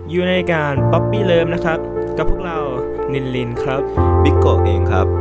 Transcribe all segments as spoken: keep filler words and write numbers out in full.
อยู่ในการป๊อปปี้เลิฟนะครับกับพวกเรานินลินครับบิ๊กโกเองครับ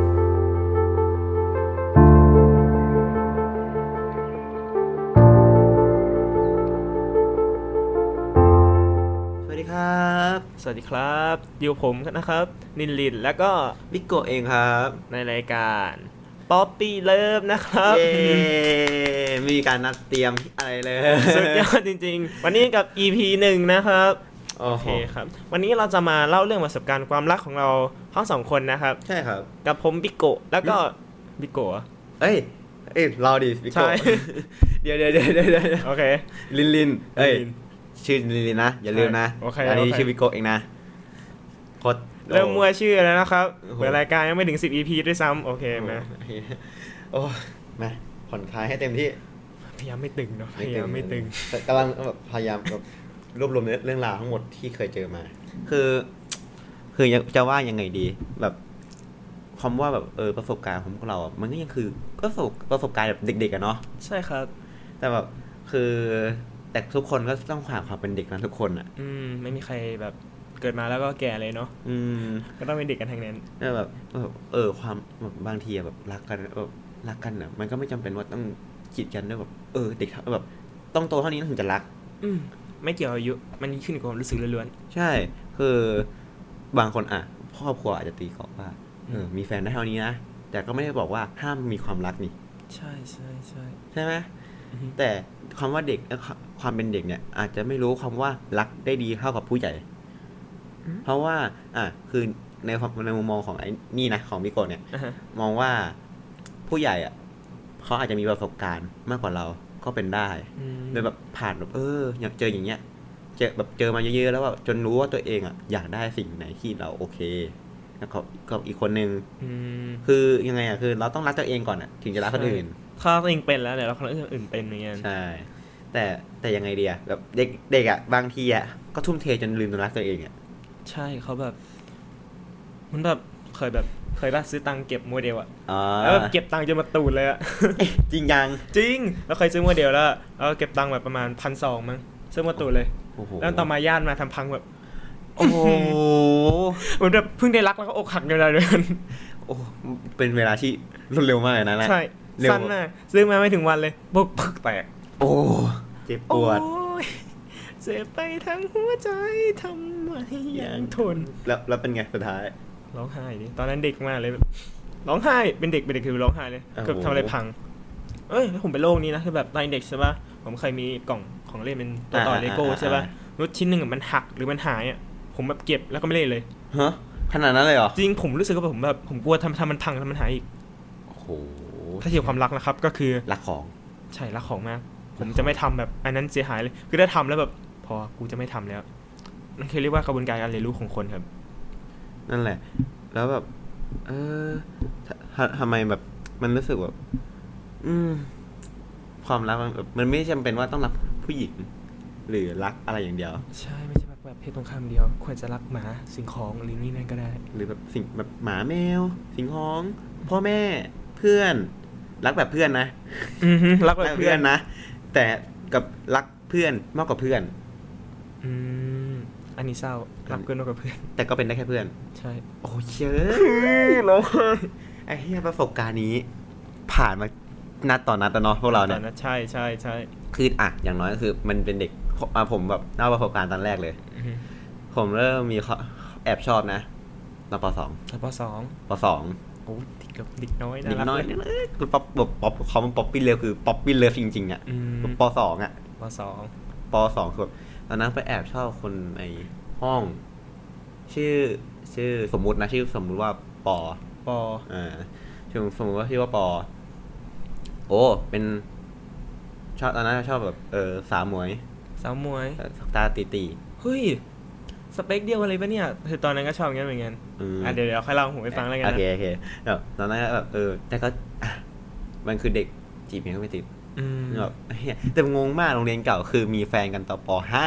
สวัสดีครับสวัสดีครับอยู่ผมนะครับนินลินแล้วก็บิ๊กโกเองครับในรายการป๊อปปี้เลิฟนะครับเย้ไม่มีการนัดเตรียมอะไรเลยสุดยอดจริงๆวันนี้กับ อี พี หนึ่งนะครับโอเคครับวันนี้เราจะมาเล่าเรื่องประสบการณ์ความรักของเราทั้งสองคนนะครับใช่ครับกับผมบิ๊กโกแล้วก็บิ๊กโกเอ้ยเอ้ยเราดิบิ๊กโกเดี๋ยวเดี๋ยวเดี๋ยวเดี๋ยวโอเคลินลินเอ้ยชื่อลินลินนะอย่าลืมนะอันนี้ชื่อบิ๊กโกเองนะโคตรเริ่มมัวชื่อแล้วนะครับเปิดรายการยังไม่ถึงสิบ อี พี ด้วยซ้ำโอเคไหมโอ้มาผ่อนคลายให้เต็มที่พยายามไม่ตึงเนาะพยายามไม่ตึงกำลังแบบพยายามแบบรวบรวมเรื่องราวทั้งหมดที่เคยเจอมาคือคือจะว่ายังไงดีแบบคำว่าแบบเออประสบการณ์ของพวกเราอ่ะมันก็ยังคือประสบประสบการณ์แบบเด็กๆอะเนาะใช่ครับแต่แบบคือแต่ทุกคนก็ต้องผ่านความเป็นเด็กนะทุกคนอ่ะอืมไม่มีใครแบบเกิดมาแล้วก็แก่เลยเนาะอืมก็ต้องเป็นเด็กกันทั้งนั้นแบบเออความแบบบางทีแบบรักกันแบบรักกันอ่ะมันก็ไม่จำเป็นว่าต้องจีบกันด้วยแบบเออเด็กแบบต้องโตเท่านี้ถึงจะรักอืมไม่เกี่ยวอายุมันขึ้นกับความรู้สึกล้วนๆใช่คือบางคนอ่ะครอบครัวอาจจะตีกรอบว่าเออมีแฟนได้เท่านี้นะแต่ก็ไม่ได้บอกว่าห้ามมีความรักนี่ใช่ใช่ใช่ใช่ไหมแต่คำว่าเด็กความเป็นเด็กเนี่ยอาจจะไม่รู้คำว่ารักได้ดีเท่ากับผู้ใหญ่เพราะว่าอ่ะคือในในมุมมองของไอ้นี่นะของมิโกะเนี่ย uh-huh. มองว่าผู้ใหญ่อ่ะเขาอาจจะมีประสบการณ์มากกว่าเราก็เป็นได้โดยแบบผ่านแบบเอออยากเจออย่างเงี้ยเจอแบบเจอมาเยอะๆแล้วแบบจนรู้ว่าตัวเองอ่ะอยากได้สิ่งไหนที่เราโอเคแล้วก็กับอีกคนนึงคือยังไงอ่ะคือเราต้องรักตัวเองก่อนอ่ะถึงจะรักคนอื่นถ้าตัวเองเป็นแล้วเดี๋ยวเราคนอื่นเป็นอย่างเงี้ยใช่แต่แต่ยังไงดีอ่ะแบบเด็กเด็กอ่ะบางทีอ่ะก็ทุ่มเทจนลืมตัวรักตัวเองอ่ะใช่เขาแบบมันแบบเคยแบบเคยป่ะซื้อตังค์เก็บโมเดลอ่ะแล้วเก็บตังค์จนมาตูดเลยอ่ะจริงยังจริงแล้วเคยซื้อโมเดลแล้วแล้วเก็บตังค์แบบประมาณพันสองมั้งซื้อมาตูดเลยแล้วต่อมาย่านมาทำพังแบบโอ้โหเหมือนแบบเพิ่งได้รักแล้วก็อกหักเวลาเดินโอ้เป็นเวลาที่รวดเร็วมากเลยนะใช่สั้นมากซื้อมาไม่ถึงวันเลยปุ๊บปึ๊กแตกโอ้เจ็บปวดเจ็บไปทั้งหัวใจทำไมยังทนแล้วแล้วเป็นไงสุดท้ายร้องไห้ดิตอนนั้นเด็กมากเลยร้องไห้เป็นเด็กเป็นเด็กคือร้องไห้เลยคือทำอะไรพังเอ้ยผมเป็นโรคนี้นะคือแบบตอนเด็กใช่ป่ะผมเคยมีกล่องของเล่นเป็นตัวต่อเลโก้ใช่ป่ะรถชิ้นหนึ่งมันหักหรือมันหายอ่ะผมแบบเก็บแล้วก็ไม่เล่นเลยฮะขนาดนั้นเลยเหรอจริงผมรู้สึกว่าผมแบบผมกลัวทำทำมันพังทำมันหายอีกโอ้โหถ้าเทียบความรักนะครับก็คือรักของใช่รักของมากผมจะไม่ทำแบบอันนั้นเสียหายเลยคือถ้าทำแล้วแบบพอกูจะไม่ทำแล้วนั่นคือเรียกว่ากระบวนการการเรียนรู้ของคนครับนั่นแหละแล้วแบบเออทำไมแบบมันรู้สึกแบบอืมความรักมันแบบมันไม่จำเป็นว่าต้องรักผู้หญิงหรือรักอะไรอย่างเดียวใช่ไม่ใช่แบบเพศตรงข้ามเดียวควรจะรักหมาสิ่งของหรือนี่นั่นก็ได้หรือแบบสิ่งแบบหมาแมวสิ่งของพ่อแม่เพื่อนรักแบบเพื่อนนะอือฮึรักแบบเพื่อนนะแต่กับรักเพื่อนมากกว่าเพื่อนอืมอันนี้เศร้ารักเพื่อนมากกว่าเพื่อนแต่ก็เป็นได้แค่เพื่อนใช่โอ้เชื่อร้องไห้ไอ้เหี้ยประสบการณ์นี้ผ่านมานัดต่อนัดแต่เนาะพวกเราเนี่ยใช่ใช่ใช่คืออ่ะอย่างน้อยก็คือมันเป็นเด็กผมแบบเล่าประสบการณ์ตอนแรกเลยผมเริ่มมีแอบชอบนะตอนป.สองป.สองป.สองโอ้เด็กกับเด็กน้อยนะเด็กน้อยคือป๊อปแบบป๊อปเขามันป๊อปปี้เลิฟคือป๊อปปี้เลิฟจริงๆอ่ะป.สองอ่ะป.สองป.สองคือตอนนั้นไปแอบชอบคนในห้องชื่อชื่อสมมุตินะชื่อสมมุติว่าป. ป. อ่าชื่อสมมุติว่าชื่อว่าป.โอ้เป็นชอบตอนนั้นชอบแบบเออสาวมวยสาวมวยตาตีตีเฮ้ยสเปคเดียวอะไรปะเนี่ยคือตอนนั้นก็ชอบอย่างนั้นเหมือนกันอ่ะเดี๋ยวเดี๋ยวค่อยเล่าผมไปฟังแล้วกันนะโอเคโอเคแบบตอนนั้นแบบเออแต่ก็มันคือเด็กจีบยังไม่ติดแบบแต่งงมากโรงเรียนเก่าคือมีแฟนกันต่อป.ห้า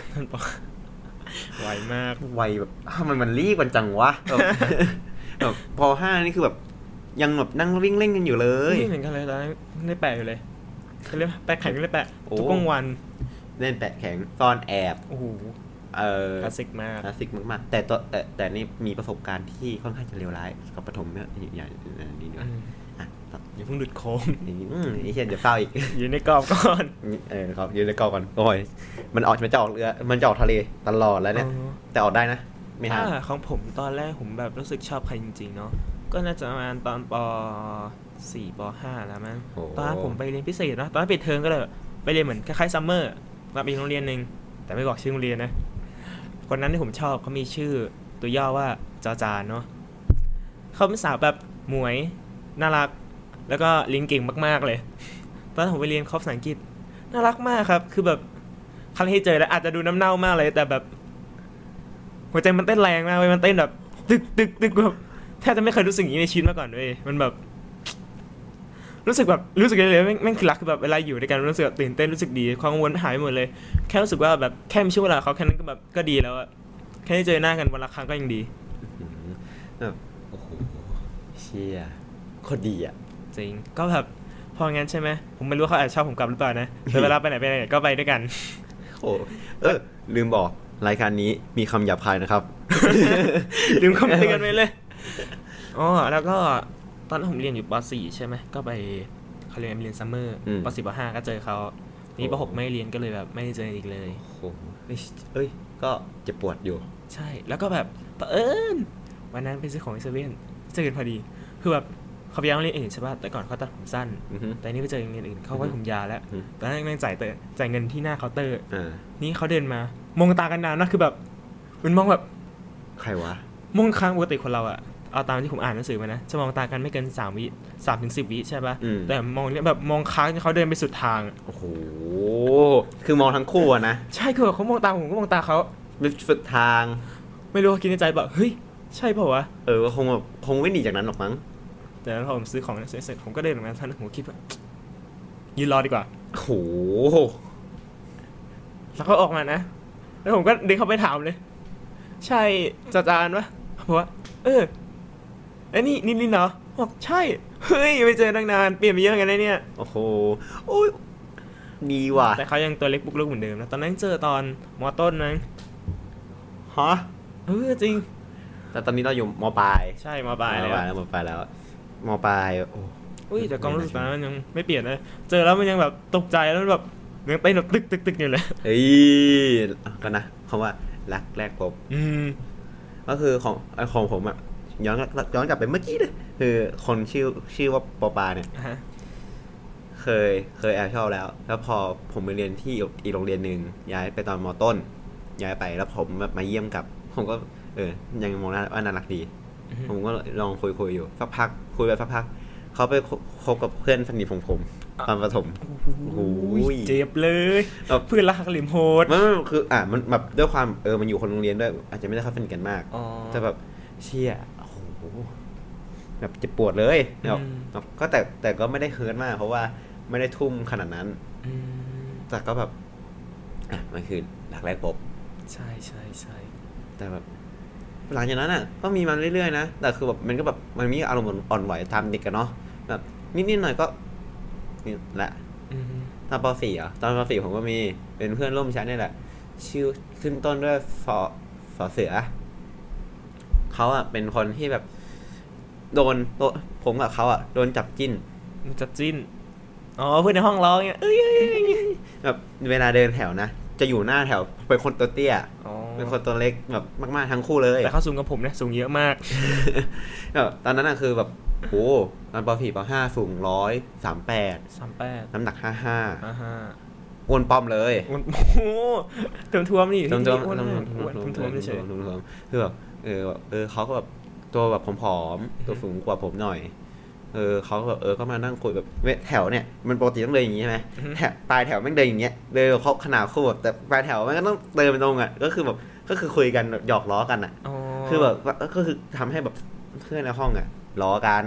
ไวมากไวแบบมันมันรีบกันจังวะแบบป.ห้านี่คือแบบยังแบบนั่งวิ่งเล่นกันอยู่เลยไม่เหมือนกันเลยตอนนั้นได้แปะอยู่เลยเขาเรียกแปะแข็งได้แปะทุกกลางวันเล่นแปะแข็งซ่อนแอบโอ้โหเออคลาสสิกมากคลาสสิกมากๆแต่ตัวแต่แต่นี่มีประสบการณ์ที่ค่อนข้างจะเลวร้ายกับปฐมเนี่ยอย่างนี้ด้วยอ่ะอย่าเพิ่งหลุดโค้งอืมไอ้เช่นเดี๋ยวเศร้าอีกอยู่ในกรอบก่อนเออครับอยู่ในกรอบก่อนโอ้ยมันออกมันจะออกเรือมันจะออกทะเลตลอดแล้วเนี่ยแต่ออกได้นะไม่ห้ามของผมตอนแรกผมแบบรู้สึกชอบใครจริงๆเนาะก็น่าจะประมาณตอนป.สี่ ป.ห้าแล้วมั้งตอนนั้นผมไปเรียนพิเศษเนาะตอนนั้นปิดเทอมก็เลยไปเรียนเหมือนคล้ายๆซัมเมอร์รับอีกโรงเรียนนึงแต่ไม่บอกชื่อโรงเรียนนะคนนั้นที่ผมชอบเขามีชื่อตัวย่อว่าจอจานเนาะเขาเป็นสาวแบบหมวยน่ารักแล้วก็เรียนเก่งมากๆเลยตอนนั้นผมไปเรียนคอร์สภาษาอังกฤษน่ารักมากครับคือแบบครั้งที่เจอแล้วอาจจะดูน้ำเน่ามากเลยแต่แบบหัวใจมันเต้นแรงมากเลยมันเต้นแบบตึกตึกตึกแบบแทบจะไม่เคยรู้สึกอย่างนี้ในชีวิตมาก่อนเลยมันแบบรู้สึกแบบรู้สึกเลยแม่งคือรักคือแบบเวลาอยู่ด้วยกันรู้สึกตื่นเต้นรู้สึกดีความกังวลหายไปหมดเลยแค่รู้สึกว่าแบบแค่มีช่วงเวลาเขาแค่นั้นก็แบบก็ดีแล้วอะแค่ได้เจอหน้ากันวันละครั้งก็ยังดีแบบโอ้โหเชี่ยโคตรดีอ่ะจริงก็แบบพองั้นใช่ไหมผมไม่รู้เขาแอบชอบผมกลับหรือเปล่านะแต่เวลาไปไหนไปไหนก็ไปด้วยกันโอ้เออลืมบอกรายการนี้มีคำหยาบคายนะครับลืมคำเตือนไปเลยอ๋อแล้วก็ตอนนั้นผมเรียนอยู่ป.สี่ ใช่ไหมก็ไปเขาเรียนเรียนซัมเมอร์ป.สี่ ป.ห้าก็เจอเขานี่ป.หกไม่เรียนก็เลยแบบไม่ได้เจออีกเลยโอ้โหเอ้ยก็เจ็บปวดอยู่ใช่แล้วก็แบบเผอิญวันนั้นไปซื้อของที่เซเว่นเจอกันพอดีคือแบบเขาไปยังโรงเรียนอื่นใช่ป่ะแต่ก่อนเขาตัดผมสั้นแต่นี่ไปเจอโรงเรียนอื่นเขาไว้ผมยาวแล้วตอนนั้นนั่งจ่ายเตอจ่ายเงินที่หน้าเคาน์เตอร์นี่เขาเดินมามองตากันนานนะคือแบบมันมองแบบใครวะมองค้างปกติคนเราอะเอาตามที่ผมอ่านหนังสือมานะจะมองตากันไม่เกินสามวิสามถึงสิบวิใช่ป่ะแต่มองเนี่ยแบบมองค้างเขาเดินไปสุดทางโอ้โหคือมองทั้งคู่อะนะใช่คือเขามองตาผมก็มองตาเขาสุดทางไม่รู้คิดในใจแบบเฮ้ยใช่เปล่าวะเออคงแบบคงไม่หนีจากนั้นหรอกมั้งแต่แล้วพอผมซื้อของเสร็จผมก็เดินออกมาท่านผมคิดว่ายืนรอดีกว่าโอ้โหแล้วเขาออกมานะแล้วผมก็เดินเข้าไปถามเลยใช่จาจานปะบอกว่าเออไอ้นี่นี่นี่เนาะบอกใช่เฮ้ยไปเจอตั้งนานเปลี่ยนไปเยอะกันเลยเนี่ยโอ้โหโอ้ยดีว่ะแต่เขายังตัวเล็กปุ๊กลุกเหมือนเดิมนะตอนนั้นเจอตอนม.ต้นนะฮะเออจริงแต่ตอนนี้เราอยู่ม.ปลายใช่ม.ปลายแล้วม.ปลายแล้วม.ปลายโอ้อุ้ยแต่ความรู้สึกตอนนั้นมันยังไม่เปลี่ยนเลยเจอแล้วมันยังแบบตกใจแล้วแบบยังเต้นแบบตึกตึกตึกอยู่เลยเฮ้ยก็นะคำว่ารักแรกพบอืมก็คือของของผมอะย้อนย้อนกลับไปเมื่อกี้เลยคือคนชื่อชื่อว่าปอปาเนี่ยเคยเคยแอบชอบแล้วแล้วพอผมไปเรียนที่อีกโรงเรียนหนึ่งย้ายไปตอนม.ต้นย้ายไปแล้วผมแบบมาเยี่ยมกับผมก็เออยังมองว่าน่ารักดีผมก็ลองคุยคุยอยู่สักพักคุยไปสักพักเขาไปคบกับเพื่อนสนิทของผมตอนประถมโอ้ยเจ็บเลยเพื่อนรักหลิมโหดมันคืออ่ะมันแบบด้วยความเออมันอยู่คนโรงเรียนด้วยอาจจะไม่ได้เข้าสนิทกันมากแต่แบบเชี่ยโอ้โหแบบเจ็บปวดเลยแบบก็แต่แต่ก็ไม่ได้เฮิร์ตมากเพราะว่าไม่ได้ทุ่มขนาดนั้นแต่ก็แบบอ่ะมันคือหลักแรกพบใช่ใช่ใช่แต่แบบหลังจากนั้นอ่ะก็มีมาเรื่อยๆนะแต่คือแบบมันก็แบบมันมีอารมณ์อ่อนไหวตามเด็กกันเนาะแบบนิดๆหน่อยก็นี่แหละตอนป.สี่ อ่ะตอนป.สี่ ผมก็มีเป็นเพื่อนร่วมชั้นนี่แหละชื่อขึ้นต้นด้วยฟอฟอเสือเขาอ่ะเป็นคนที่แบบโดนผมกับเขาอ่ะโดนจับจิ้นจับจิ้นอ๋อเพื่อนในห้องร้องเงี้ยเอ้ยแบบเวลาเดินแถวนะจะอยู่หน้าแถวเป็นคนตัวเตี้ยเป็นคนตัวเล็กแบบมากๆทั้งคู่เลยแต่เขาสูงกับผมนะสูงเยอะมากแบบตอนนั้นอ่ะคือแบบโอ้ตอนป.สี่ ป.ห้าสูงร้อยสามแปดสามแปดน้ำหนักห้าห้าห้าห้าอ้วนป้อมเลยโอ้โหเติมทวมนี่เติมทวมอ้วนทวมเฉยคือแบบเออเออเขาก็แบบตัวแบบผอมๆตัวสูงกว่าผมหน่อยเออเขาแบบเออก็มานั่งคุยแบบแถวเนี่ยมันปกติต้องเดินอย่างนี้ใช่ไหมแถวปลายแถวแม่งเดินอย่างเงี้ยเดินเขาขนาดคู่แบบแต่ปลายแถวแม่งก็ต้องเดินไปตรงอ่ะก็คือแบบก็คือคุยกันหยอกล้อกันอ่ะคือแบบก็คือทำให้แบบเพื่อนในห้องอ่ะล้อกัน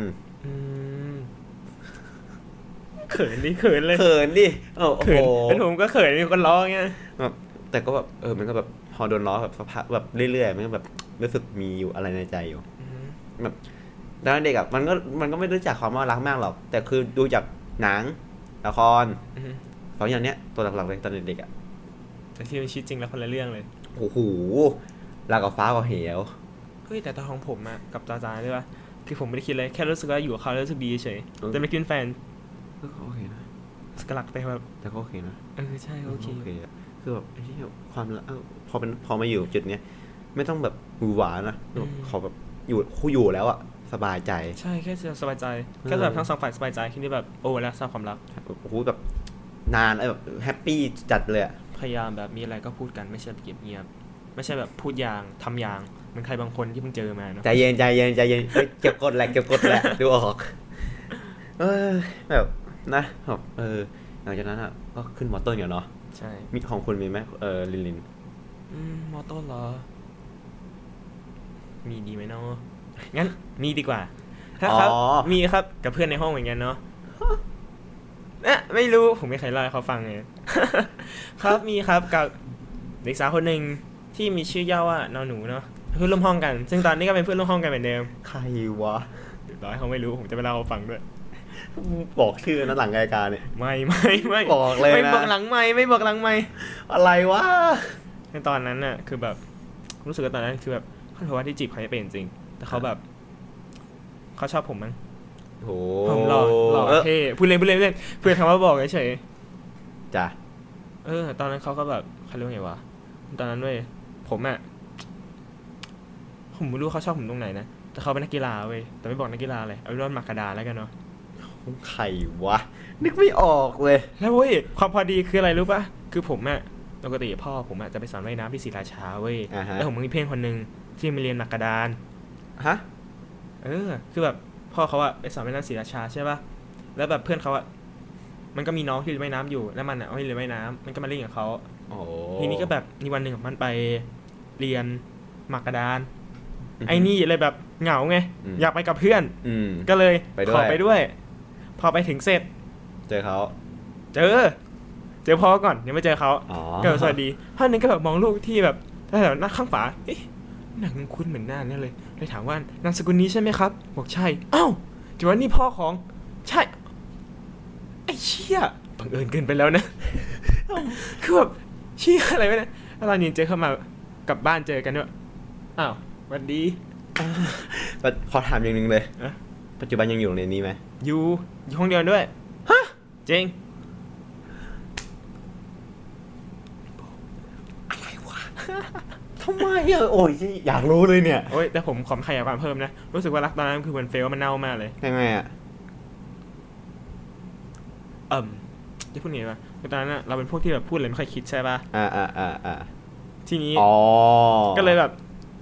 เขินดิเขินเลยเขินดิโอ้โหเป็นผมก็เขินมีคนล้อเงี้ยแบบแต่ก็แบบเออมันก็แบบพอโดนล้อแบบพักแบบเรื่อยๆมันก็แบบรู้สึกมีอยู่อะไรในใจอยู่แบบตอนเด็กอ่ะมันก็มันก็ไม่รู้จักความว่ารักมากหรอกแต่คือดูจากหนังละครสองอย่างเนี้ยตัวหลักๆเลยตอนเด็กๆอ่ะแต่ที่เป็นชีวิตจริงแล้วคนละเรื่องเลยโอ้โหราวกับฟ้ากับเหวเฮ้ยแต่ตอนของผมอะกับจาจาใช่ปะคือผมไม่ได้คิดเลยแค่รู้สึกว่าอยู่กับเขาแล้วรู้สึกดีเฉยแต่ไม่คิดเป็นแฟนก็โอเคนะสกลักแต่แบบแต่ก็โอเคนะเออใช่โอเคโอเคอะคือแบบไอ้ที่ความพอเป็นพอมาอยู่จุดเนี้ยไม่ต้องแบบหวือหวานะเขาแบบอยู่คู่อยู่แล้วอะสบายใจใช่แค่สบายใจแค่แบบทั้งสองฝ่ายสบายใจที่นี่แบบโอ้แล้วสร้างความรักโอ้โหแบบนานแบบแฮปปี้จัดเลยอะพยายามแบบมีอะไรก็พูดกันไม่ใช่เก็บเงียบไม่ใช่แบบพูดอย่างทำอย่างเหมือนใครบางคนที่เพิ่งเจอมาเนาะใจเย็นใจเย็นใจเย็นเก็บกดแหละเก็บกดแหละดูออกเออแบบนะแบบเออหลังจากนั้นอ่ะก็ขึ้นมอต้นกันเนาะใช่มีของคุณมีไหมเออลินลินอืมมอต้นเหรอมีดีไหมเนาะงั้นมีดีกว่าถ้าครับมีครับกับเพื่อนในห้องเหมือนกันเนาะเอ๊ะไม่รู้ผมไม่เคยเล่าให้เขาฟังเลยครับมีครับกับเด็กสาวคนหนึ่งที่มีชื่อย่อว่านอนหนูเนาะเพื่อนร่วมห้องกันซึ่งตอนนี้ก็เป็นเพื่อนร่วมห้องกันเหมือนเดิมใครวะเดี๋ยวร้อยเขาไม่รู้ผมจะไปเล่าเขาฟังด้วยบอกชื่อนะหลังรายการเนี่ยไม่ไม่ไม่บอกเลยนะไม่บอกหลังไม่ไม่บอกหลังไม่อะไรวะในตอนนั้นน่ะคือแบบรู้สึกว่าตอนนั้นคือแบบเขาถือว่าที่จีบเขาจะเป็นจริงแต่เขาแบบเขาชอบผมมั้งโอ้ผมหล่อหล่อเท่พูดเล่นพูดเล่นเล่นเพื่อนคำว่าบอกเฉยจ้ะเออตอนนั้นเขาก็แบบเขาเรียกไงวะตอนนั้นเว้ยผมอ่ะผมไม่รู้เขาชอบผมตรงไหนนะแต่เขาเป็นนักกีฬาเว้ยแต่ไม่บอกนักกีฬาเลยเอาเป็นว่าหมากกระดาแล้วกันเนาะใครวะนึกไม่ออกเลยแล้วเว้ยความพอดีคืออะไรรู้ป่ะคือผมอ่ะปกติพ่อผมอ่ะจะไปสอนว่ายน้ำที่ศรีราชาเว้ยแล้วผมมีเพื่อนคนนึงที่มาเรียนหมากกระดานฮะเออคือแบบพ่อเขาอะไปสอนว่ายน้ำศรีราชาใช่ป่ะแล้วแบบเพื่อนเขาอะมันก็มีน้องที่เรียนว่ายน้ำอยู่แล้วมันอะไม่เรียนว่ายน้ำมันก็มาเล่นกับเขาทีนี้ก็แบบมีวันหนึ่งมันไปเรียนหมากกระดานไอ้นี่เลยแบบเหงาไงอยากไปกับเพื่อนก็เลยขอไปด้วยพอไปถึงเสร็จเจอเขาเจอเจอพ่อก่อนยังไม่เจอเขาก็สวัสดีพ่อหนึ่งก็แบบมองลูกที่แบบถ้าแบบหน้าข้างฝาเอ๊ะหนังคุ้นเหมือนหน้าเนี่ยเลยเลยถามว่านามสกุลนี้ใช่ไหมครับบอกใช่อ้าวถือว่านี่พ่อของใช่ไอ้เชี่ยบังเอิญเกินไปแล้วนะคือแบบเชี่ยอะไรวะเนี่ยตอนนี้เจอเข้ามากลับบ้านเจอกันด้วยอ้าวสวัสดีขอถามอย่างนึงเลยปัจจุบันยังอยู่โรงเรียนนี้ไหมอยู่อยู่ห้องเดียวด้วยฮะเจ๋งอะไรวะทำไมอ่ะโอ้ยอยากรู้เลยเนี่ยโอ้ยแต่ผมขอขยายความเพิ่มนะรู้สึกว่ารักตอนนั้นคือมันเฟลมันเน่ามากเลยยังไงอ่ะเอิ่มจะพูดไงวะตอนนั้นเราเป็นพวกที่แบบพูดอะไรไม่ค่อยคิดใช่ป่ะอ่าอ่าอ่าอ่าทีนี้อ๋อก็เลยแบบ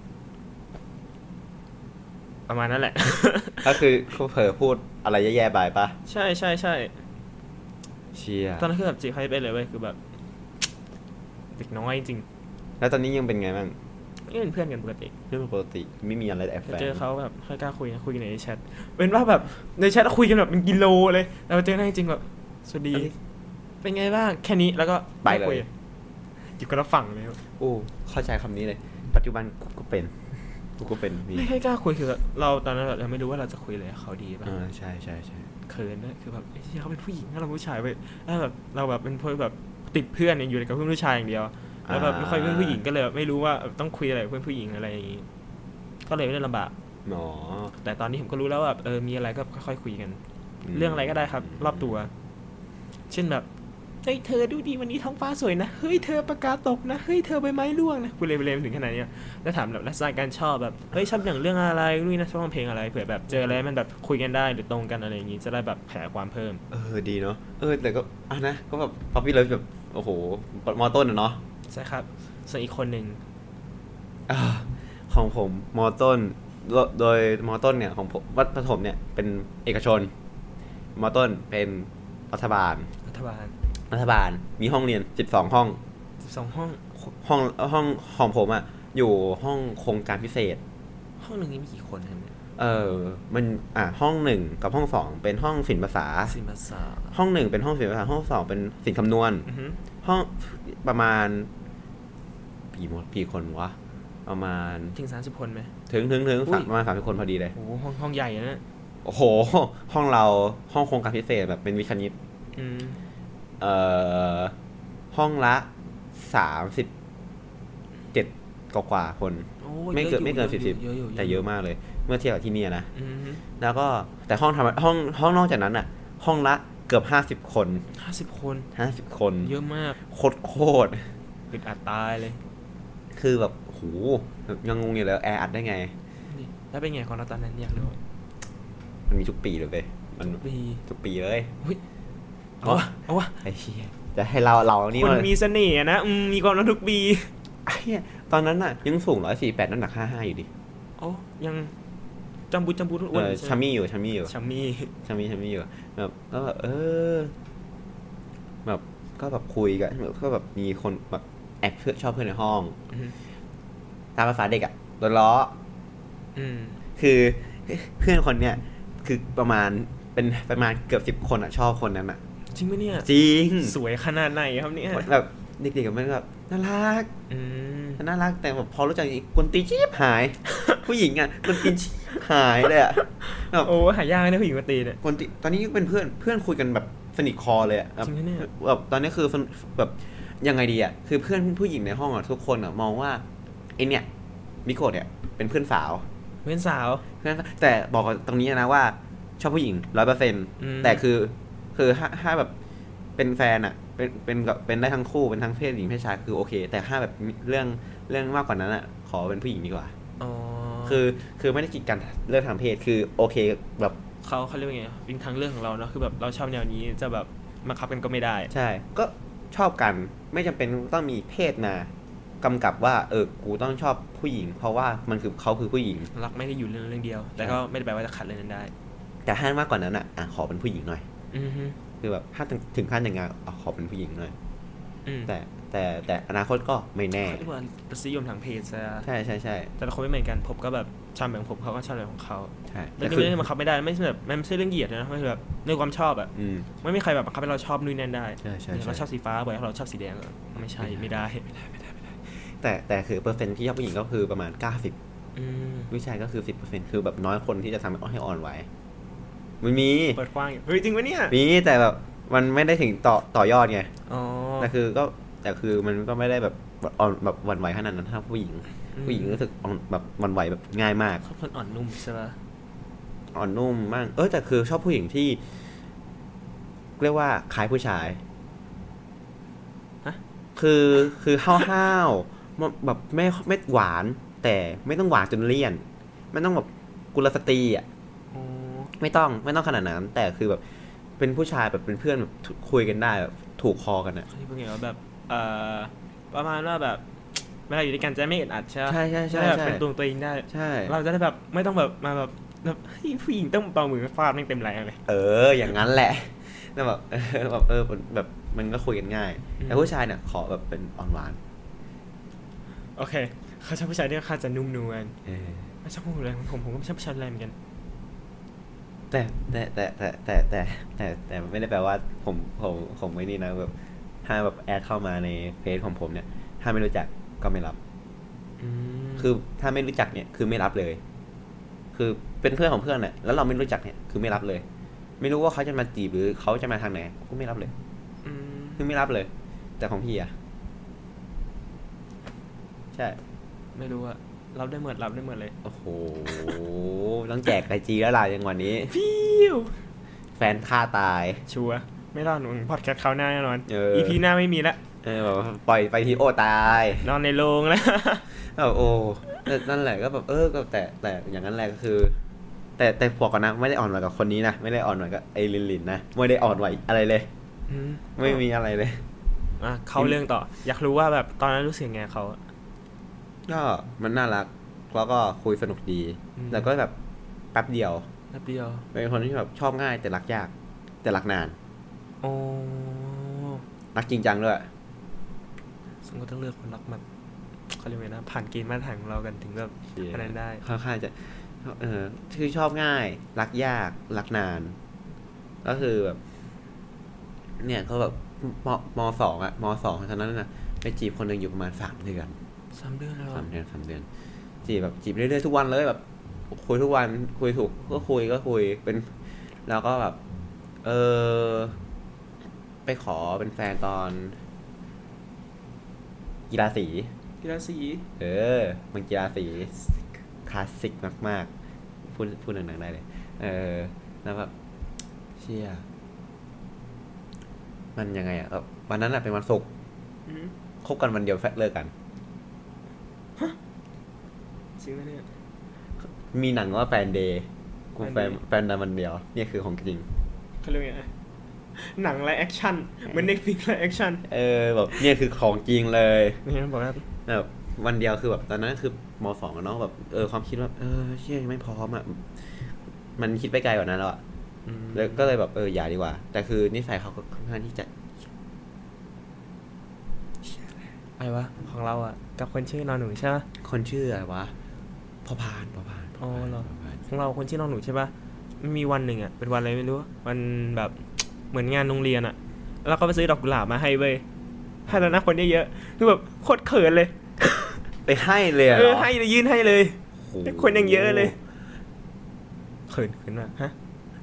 ประมาณนั้นแหละก็คือเขาเผลอพูดอะไรแย่ๆไปปะใช่ใช่ใช่เชียตอนนั้นคือแบบจีบใครไปเลยเว้ยคือแบบเด็กน้อยจริงแล้วตอนนี้ยังเป็นไงบ้างก็เป็นเพื่อนกันปกติเพื่อนปกติไม่มีอะไรแอบแฝงเจอเขาแบบค่อยกล้าคุยคุยในแชทเป็นว่าแบบในแชทคุยกันแบบเป็นกิโลเลยแล้วเจอหน้าจริงแบบสวัสดีเป็นไงบ้างแค่นี้แล้วก็ไปเลยอยู่กันแล้วฟังเลยโอ้เข้าใจคำนี้เลยปัจจุบันกูก็เป็นกูก็เป็นไม่ให้กล้าคุยคือเราตอนนั้นเราไม่รู้ว่าเราจะคุยอะไรเขาดีป่ะอ่าใช่ใช่ใช่เขินนะคือแบบไอ้ที่เขาเป็นผู้หญิงเราผู้ชายเว้ยแล้วแบบเราแบบเป็นพวกแบบติดเพื่อนอยู่กับเพื่อนผู้ชายอย่างเดียวแล้วแบบไม่ค่อยเพื่อนผู้หญิงก็เลยไม่รู้ว่าต้องคุยอะไรกับเพื่อนผู้หญิงอะไรอย่างงี้ก็เลยไม่ได้ลำบากอ๋อแต่ตอนนี้ผมก็รู้แล้วว่าเออมีอะไรก็ค่อยๆคุยกันเรื่องอะไรก็ได้ครับรอบตัวเช่นแบบเฮ้ยเธอดูดีวันนี้ท้องฟ้าสวยนะเฮ้ยเธอประกาศตกนะเฮ้ยเธอใบไม้ร่วงนะพูดเลยไปเลยถึงขนาดนี้แล้วถามแบบลักษณะการชอบแบบเฮ้ยชอบอย่างเรื่องอะไรรู้นะชอบเพลงอะไรเผื่อแบบเจออะไรมันแบบคุยกันได้หรือตรงกันอะไรอย่างงี้จะได้แบบแผ่ความเพิ่มเออดีเนาะเออแต่ก็อ่ะนะก็แบบป๊อปปี้เลิฟแบบโอ้โหมอต้นอ่ะเนาะใช่ครับส่วนอีกคนหนึ่งอ่าของผมมอต้นโดยมอต้นเนี่ยของผมวัดประถมเนี่ยเป็นเอกชนมอต้นเป็นรัฐบาลรัฐบาลรัฐบาลมีห้องเรียนสิบสองห้องสิบสองห้องห้องห้องของผมอ่ะอยู่ห้องโครงการพิเศษห้องหนึ่งนี้มีกี่คนครับเออมันอ่ะห้องหนึ่งกับห้องสองเป็นห้องศิลปภาษาศิลปภาษาห้องหนึ่งเป็นห้องศิลปภาษาห้องสองเป็นศิลป์คำนวณห้องประมาณกี่หมดกี่คนวะประมาณถึงสามสิบคนไหมถึงถึงถึงประมาณสามสิบคนพอดีเลยโอ้ห้องห้องใหญ่นะโอ้โหห้องเราห้องโครงการพิเศษแบบเป็นวิชานิตเอ่อห้องละสามสิบเจ็ดกว่าคนโอ้ไม่เกินยอะอยู่ไม่เกินยสิอะบอยู่สิบเยอะอยู่แต่เยอะมากเลย เมื่อเทียบกับที่เนี่ยนะอืมแล้วก็แต่ห้องทำห้องห้องนอกจากนั้นอ่ะ ห้องละเกือบห้าสิบคนห้าสิบคนห้าสิบคนเยอะมากโคตรโคตรอึดอัดตายเลยคือแบบโหแบบยังงงอยู่เลยแออัดได้ไงนี่แล้วเป็นไงของเราตอนนั้นอยากรู้มันมีทุกปีเลยเว้ยมันปีทุกปีเลยเอาวะเอาวะไอ้เชี่ยจะให้เราเรานี่คนมันมีเสน่ห์อะนะอืมมีความรักทุกปีไอ้เหี้ยตอนนั้นน่ะยังสูงร้อยสี่แปดน้ำหนักห้าห้าอยู่ดิโอ้ยังจำบุญจำบุญอ้เอวนอใช่ไหชามี่อยู่ชามี่อยู่ชัมมี่ชามี่ชามี่อยู่แบบก็แบบเออแบบก็แบบคุยกันก็แบบมีคนแบบแอบเพื่อนชอบเพื่อนในห้องอืมตามภาษาเด็กอะโดนล้ออืมคือเพื่อนคนเนี้ยคือประมาณเป็นประมาณเกือบสิบคนอะชอบคนนั้นอะจริงไหมเนี่ยจริงสวยขนาดไหนครับเนี่ยแบบเด็กๆกับมันแบบน่ารักอืมน่ารักแต่แบบพอรู้จักอีกกวนตีนชีพหาย ผู้หญิงอ่ะกวนตีนชีพหายเลยอ่ะแบบโอ้หายากนะผู้หญิงมาตีเนี่ยกวนตีนตอนนี้เป็นเพื่อนเพื่อนคุยกันแบบสนิทคอเลยอ่ะแบบจริงไหมเนี่ยแบบตอนนี้คือแบบยังไงดีอ่ะคือเพื่อนผู้หญิงในห้องอ่ะทุกคนอ่ะมองว่าไอเนี่ยมิโกะเนี่ยเป็นเพื่อนสาวเพื่อนสาวเพื่อนแต่บอกตรงนี้นะว่าชอบผู้หญิงร้อยเปอร์เซ็นต์อืมแต่คือคือถ้าถ้าแบบเป็นแฟนอ่ะเป็นเป็นกับเป็นได้ทั้งคู่เป็นทั้งเพศหญิงเพศชายคือโอเค แต่ถ้าแบบเรื่องเรื่องมากกว่านั้นอ่ะขอเป็นผู้หญิงดีกว่าอ๋อคือคือไม่ได้กีดกันเรื่องทางเพศคือโอเคแบบเขาเขาเรียกว่าไงเป็นทางเลือกของเราเนาะคือแบบเราชอบแนวนี้จะแบบบังคับกันก็ไม่ได้ใช่ ก็ชอบกันไม่จำเป็นต้องมีเพศมากำกับว่าเออกูต้องชอบผู้หญิง เพราะว่ามันคือเขาคือผู้หญิงรักไม่ได้อยู่เรื่องเรื่องเดียว แต่ก็ไม่ได้แปลว่าจะขัดเรื่องนั้นได้แต่ถ้ามากกว่านั้นอ่ะอ่ะขอเป็นผู้หญิงหน่อยอือฮึคือแบบถ้าถึงถึงขั้นอย่างงานอ่ะขอเป็นผู้หญิงหน่อยอืมแต่แต่แต่อนาคตก็ไม่แน่เขาเรียกว่ารสนิยมทางเพศซะใช่ใช่ใช่แต่ละคนไม่เหมือนกันผมก็แบบชอบแบบของผมเขาก็ชอบแบบของเขาใช่แล้วนี่ไม่ได้บังคับไม่ได้ไม่ใช่แบบมันไม่ใช่เรื่องเหยียดนะไม่ใช่แบบในความชอบอะอืมไม่มีใครแบบบังคับให้เราชอบนู่นนั่นได้ใช่ใช่อย่างใช่เราชอบสีฟ้าบอกให้เราชอบสีแดงอะไม่ใช่ไม่ได้แต่แต่คือเปอร์เซ็นต์ที่ชอบผู้หญิงก็คือประมาณเก้าสิบอืมผู้ชายก็คือสิบเปอร์เซ็นต์คือแบบน้อยคนที่จะทำให้อ่อนไหวมันมีเปิดกว้างอยู่เฮ้ยจริงปะเนี่ยมีแต่แบบมันไม่ได้ถึงต่อต่อยอดไงอ๋อแต่คือก็แต่คือมันก็ไม่ได้แบบอ่อนแบบหวั่นไหวขนาดนั้นถ้าผู้หญิง ผู้หญิงรู้สึกอ่อนแบบหวั่นไหวแบบง่ายมากชอบคนอ่อนนุ่มใช่ปะอ่อนนุ่มมากเออแต่คือชอบผู้หญิงที่ เรียกว่าคล้ายผู้ชายฮะคือคือห้าวห้าวๆแบบไม่ไม่หวาน แต่ไม่ต้องหวานจนเลี่ยน ไม่ต้องแบบกุลสตรีอ่ะอ๋อไม่ต้องไม่ต้องขนาดนั้น แต่คือแบบเป็นผู้ชายแบบเป็นเพื่อนแบบคุยกันได้แบบถูกคอกันอ่ะที่พูดไงว่าแบบเอ่อประมาณว่าแบบเวลาอยู่ด้วยกันจะไม่อึดอัดใช่ปะใช่ใช่ใช่จะได้แบบใช่เป็นตัวตัวเองได้ใช่เราจะได้แบบไม่ต้องแบบมาแบบแบบเฮ้ยผู้หญิงต้องเป่ามือฟาดแม่งเต็มแรงเลยเออ อย่างนั้นแหละแล้วแบบเออแบบเออแบบมันก็คุยกันง่ายอืมแต่ผู้ชายเนี่ยขอแบบเป็นอ่อนหวานโอเคเขาชอบผู้ชายที่ค่อนข้างจะนุ่มนวลเออไม่ชอบผู้ชายแรงผมผมก็ไม่ชอบผู้ชายแรงเหมือนกันแต่แต่แต่แต่แต่แต่แต่แต่ไม่ได้แปลว่าผมผมผมไม่นี่นะแบบถ้าแบบแอดเข้ามาในเฟซของผมเนี่ย ถ้าไม่รู้จักก็ไม่รับอืมคือถ้าไม่รู้จักเนี่ยคือไม่รับเลย คือเป็นเพื่อนของเพื่อนเนี่ยแล้วเราไม่รู้จักเนี่ยคือไม่รับเลย ไม่รู้ว่าเขาจะมาจีบหรือเขาจะมาทางไหนก็ไม่รับเลยอืมคือไม่รับเลย แต่ของพี่อะใช่ไม่รู้อะรับได้หมดรับได้หมดเลยโอ้โห ต้องแจกไอจีแล้วล่ะยังวันนี้ฟิวแฟนฆ่าตายชัวร์ไม่รอดหนูพอดแคสต์คราวหน้าแน่นอนเอออีพีหน้าไม่มีละเออแบบว่าปล่อยไปทีโอตายนอนในโรงแล้วแบบโอ้แต่นั่นแหละก็แบบเออก็แต่แต่อย่างนั้นแหละก็คือ แต่แต่บอกก่อนนะไม่ได้อ่อนไหวกับคนนี้นะไม่ได้อ่อนไหวกับไอ้ลินลินนะไม่ได้อ่อนไหวอะไรเลยอืมไม่มีอะไรเลยอ่ะเข้าเรื่องต่อ อยากรู้ว่าแบบตอนนั้นรู้สึกไงเขาก็มันน่ารักแล้วก็คุยสนุกดีอืมแล้วก็แบบแป๊บเดียวแป๊บเดียวเป็นคนที่แบบชอบง่ายแต่รักยาก แต่รักนานโอ้รักจริงจังด้วยซึ่งก็ต้องเลือกคนรักแบบเขาเรียกว่าไงนะผ่านเกณฑ์มาตรฐานของเรากันถึงแบบอันนั้นได้ค่อนข้างจะเออคือชอบง่าย รักยาก รักนาน ก็คือแบบ เนี่ยเขาแบบมมสองอะมสองตอนนั้นน่ะไปจีบคนหนึ่งอยู่ประมาณสามเดือนสามเดือนแล้วสามเดือนสามเดือนจีบแบบจีบเรื่อยๆทุกวันเลยแบบ คุยทุกวันคุยถูกก็คุยก็คุยเป็น แล้วก็แบบ เออ ไปขอเป็นแฟนตอน กีฬาสีกีฬาสีเออมันกีฬาสีคลาสสิกมากๆพูดพูดหนังๆได้เลยเออแล้วแบบเชี่ยมันยังไงอ่ะแบบวันนั้นอ่ะเป็นวันศุกร์อืมคบกันวันเดียวแฟเลิกกันจริงไหมเนี่ยมีหนังว่าแฟนเดย์กูแฟน Fan Day แฟนดันวันเดียวเนี่ยคือของจริงเขาเรียกไงหนังไลฟ์แอคชั่นเหมือนเน็ตฟลิกไลฟ์แอคชั่นเออแบบเนี่ยคือของจริงเลยนี่บอกว่าแบบวันเดียวคือแบบตอนนั้นคือมสองอะเนาะแบบเออความคิดว่าเออเชี่ยยังไม่พร้อมอ่ะมันคิดไปไกลกว่านั้นแล้วอ่ะอืมแล้วก็เลยแบบเอออย่าดีกว่า แต่คือนิสัยเขาก็ค่อนข้างที่จะอะไรวะของเราอ่ะกับคนชื่อนอนหนูใช่ปะคนชื่ออะไรวะพอพานพอพานอ๋อเหรอพอพานของเราคนชื่อนอนหนูใช่ปะมันมีวันหนึ่งอ่ะเป็นวันอะไรไม่รู้วันแบบเหมือนงานโรงเรียนอ่ะแล้วก็ไปซื้อดอกกุหลาบมาให้เว้ยให้แล้วนะคนเยอะๆคือแบบโคตรเขินเลยไปให้เลยเหรเออให้เลยยื่นให้เลยโอ้โหคนยังเยอะเลยเขินเขินมากฮะ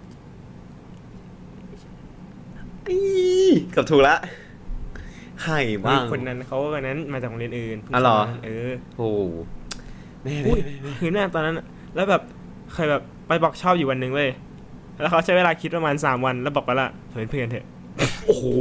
อีเกือบถูกละใครบ้างคนนั้นเขาวันนั้นมาจากโรงเรียนอื่นอ๋อเหรอเออโอ้โหแม่อุ้ยแม่แม่เขินมากตอนนั้นอะแล้วแบบเคยแบบไปบอกชอบอยู่วันหนึ่งเว้ยแล้วเขาใช้เวลาคิดประมาณสามวันแล้วบอกว่าละเพื่อนเพื่อนเถอะโอ้โห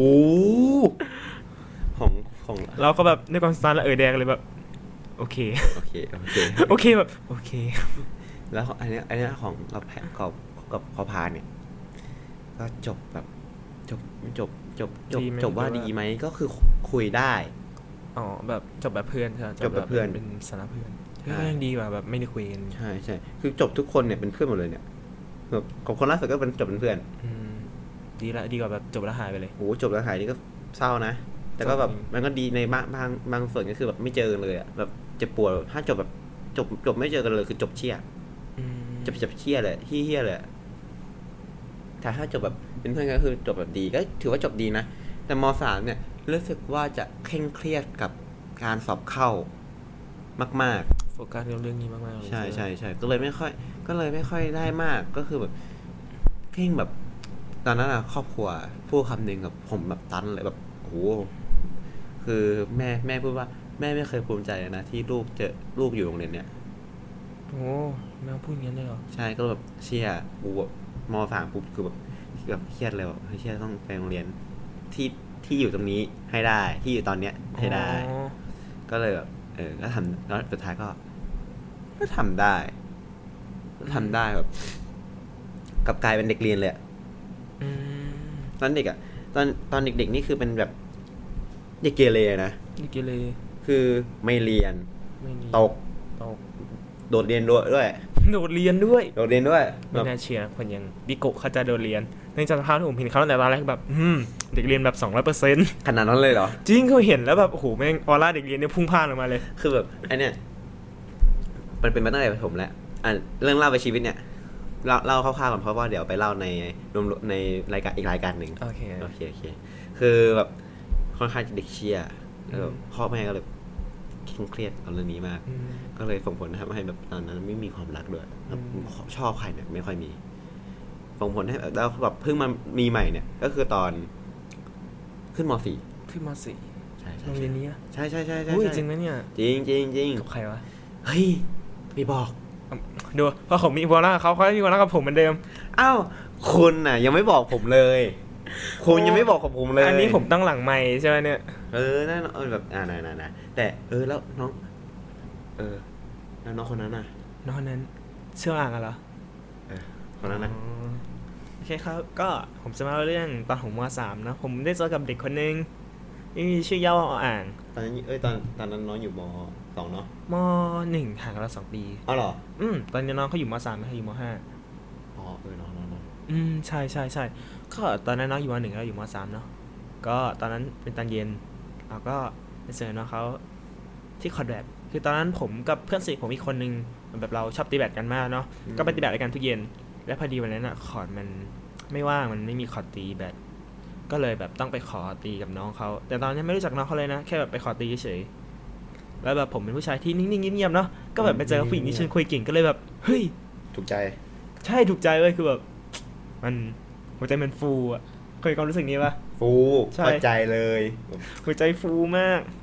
ของของเราก็แบบด้วยความสตาร์แล้วเออแดงเลยแบบโอเคโอเคโอเคโอเคแบบโอเคแล้วอันเนี้ยอันเนี้ยของกับแพกับกับพอพานเนี่ย ก็จบแบบจบจบจบจบดีไหมจบว่าหรือว่าดีไหมก็คือคุยได้อ๋อแบบจบแบบเพื่อนใช่ไหมจบแบบเพื่อนเป็นสาระเพื่อนใช่เพื่อนยังดีกว่าแบบไม่ได้คุยกันใช่ใช่คือจบทุกคนเนี่ยเป็นเพื่อนหมดเลยเนี่ยแบบของคนล่าสุดก็เป็นจบเป็นเพื่อนอืมดีละดีกว่าแบบจบแล้วหายไปเลยโหจบแล้วหายนี่ก็เศร้านะ แต่ก็แบบจริงมันก็ดีในบางบางบางส่วนก็คือแบบไม่เจอกันเลยอะแบบเจ็บปวดถ้าจบแบบจบจบไม่เจอกันเลยคือจบเชี่ยอืมจบจบเชี่ยเลยเฮี้ยๆเลยอะแต่ถ้าจบแบบเป็นเพื่อนกันก็คือจบแบบดีก็ถือว่าจบดีนะ แต่มสามเนี่ยรู้สึกว่าจะเคร่งเครียดกับการสอบเข้ามากโฟกัสเรื่องนี้มากๆเลยๆ ใช่ใช่ใช่ก็เลยไม่ค่อย ก็เลยไม่ค่อยได้มากก็คือแบบเคร่งแบบ ตอนนั้นอะครอบครัวพูดคำหนึ่งกับผมแบบตันเลยแบบโอ้โหคือแม่แม่พูดว่าแม่ไม่เคยภูมิใจเลยนะที่ลูกเจอลูกอยู่โรงเรียนเนี่ยโอ้แม่พูดอย่างนั้นเลยเหรอใช่ก็แบบเชี่ยกูแบบมสามปุ๊บคือแบบแบบเครียดเลยแบบเฮ้ยเชี่ยต้องไปโรงเรียนที่ที่อยู่ตรงนี้ให้ได้ที่อยู่ตอนเนี้ยให้ได้อ๋อก็เลยแบบเออก็ทำแล้วสุดท้ายก็ ก็ทำได้ก็ทำได้แบบกลับกลายเป็นเด็กเรียนเลยอะอืมตอนเด็กอะตอนตอนเด็กๆนี่คือเป็นแบบเด็กเกเรนะนี่เกเรคือไม่เรียนไม่มีตกตกโดดเรียนด้วยด้วยโดดเรียนด้วยโดดเรียนด้วยแบไม่บน่าเชื่อคนอย่างบิโกะเขาจะโดดเรียนเนื่องจากสภาพที่ผมเห็นเขาตั้งแต่ตอนแรกแบบอืมเด็กเรียนแบบสองร้อยเปอร์เซ็นต์ขนาดนั้นเลยเหรอจริงเขาเห็นแล้วแบบโอ้โหแม่งออร่าเด็กเรียนเนี่ยพุ่งพล่านออกมาเลยคือแบบไอเนี้ยมันเป็นมาตั้งแต่ประถมแล้วอ่ะเรื่องเล่าไปชีวิตเนี่ยเล่าเล่าคร่าวๆก่อนเพราะว่าเดี๋ยวไปเล่าในรวมในรายการอีกรายการหนึ่งโอเคโอเคโอเค คือแบบค่อนข้างจะเด็กเชียร์แล้วแบบพ่อแม่ก็เลยเคร่งเครียดกับเรื่องนี้มากอืมก็เลยส่งผลทำให้แบบตอนนั้นไม่มีความรักด้วยแบบอืมชอบใครเนี่ยไม่ค่อยมี ส่งผลให้แบบแล้วแบบเพิ่งมามีใหม่เนี่ย ก็คือตอนขึ้นม .สี่ขึ้นมาสี่ใช่ใช่โรงเรียนนี้อะใช่ใช่ใช่ใช่อุ้ยใช่จริงไหมเนี่ยจริงจริงจริงกับใครวะเฮ้ยไม่บอกดูเพราะผมมีความรักกับเขาเขามีความรักกับผมเหมือนเดิมอ้าวคุณน่ะ ยังไม่บอกผมเลย คุณยังไม่บอกกับผมเลยอันนี้ผมตั้งหลังไมค์ใช่ไหมเนี่ยเออนั่นเออแบบอ่าน่ะน่ะน่ะแต่เออแล้วน้อง เออแล้วน้องคนนั้นน่ะน้องคนนั้นเชื่ออ่างอะเหรอเออคนนั้นนะอ๋อโอเคครับก็ผมจะมาเล่าเรื่องตอนผมมสามนะผมได้เจอกับเด็กคนนึงที่มีชื่อย่ออ่างตอนนั้นเอ้ยตอนตอนนั้นน้องอยู่มสองเนาะมหนึ่งห่างกันเราสองปีอ๋อเหรออืมตอนนี้น้องเขาอยู่มสามเขาอยู่มห้าอ๋อเออน้องน้องน้องอืมใช่ใช่ใช่ก็ตอนนั้นน้องอยู่มหนึ่งแล้วอยู่มสามเนาะก็ตอนนั้นเป็นตอนเย็นเราก็ไปเจอน้องเขาที่คอร์ดแบดคือตอนนั้นผมกับเพื่อนสนิทผมอีกคนนึงแบบเราชอบตีแบดกันมากเนาะก็ไปตีแบดด้วยกันทุกเย็น และพอดีวันนั้นอะคอร์ดมันไม่ว่างมันไม่มีคอร์ดตีแบดก็เลยแบบต้องไปขอตีกับน้องเขาแต่ตอนนี้ไม่รู้จักน้องเขาเลยนะแค่แบบไปขอตีเฉยๆแล้วแบบผมเป็นผู้ชายที่นิ่งๆเงียบๆเนาะก็แบบไปเจอผู้หญิงที่ชวนคุยเก่งก็เลยแบบเฮ้ยถูกใจใช่ถูกใจเว้ยคือแบบมันหัวใจมันฟูอ่ะเคยความรู้สึกนี้ปะฟูใช่เข้าใจเลยหัวใจฟูมาก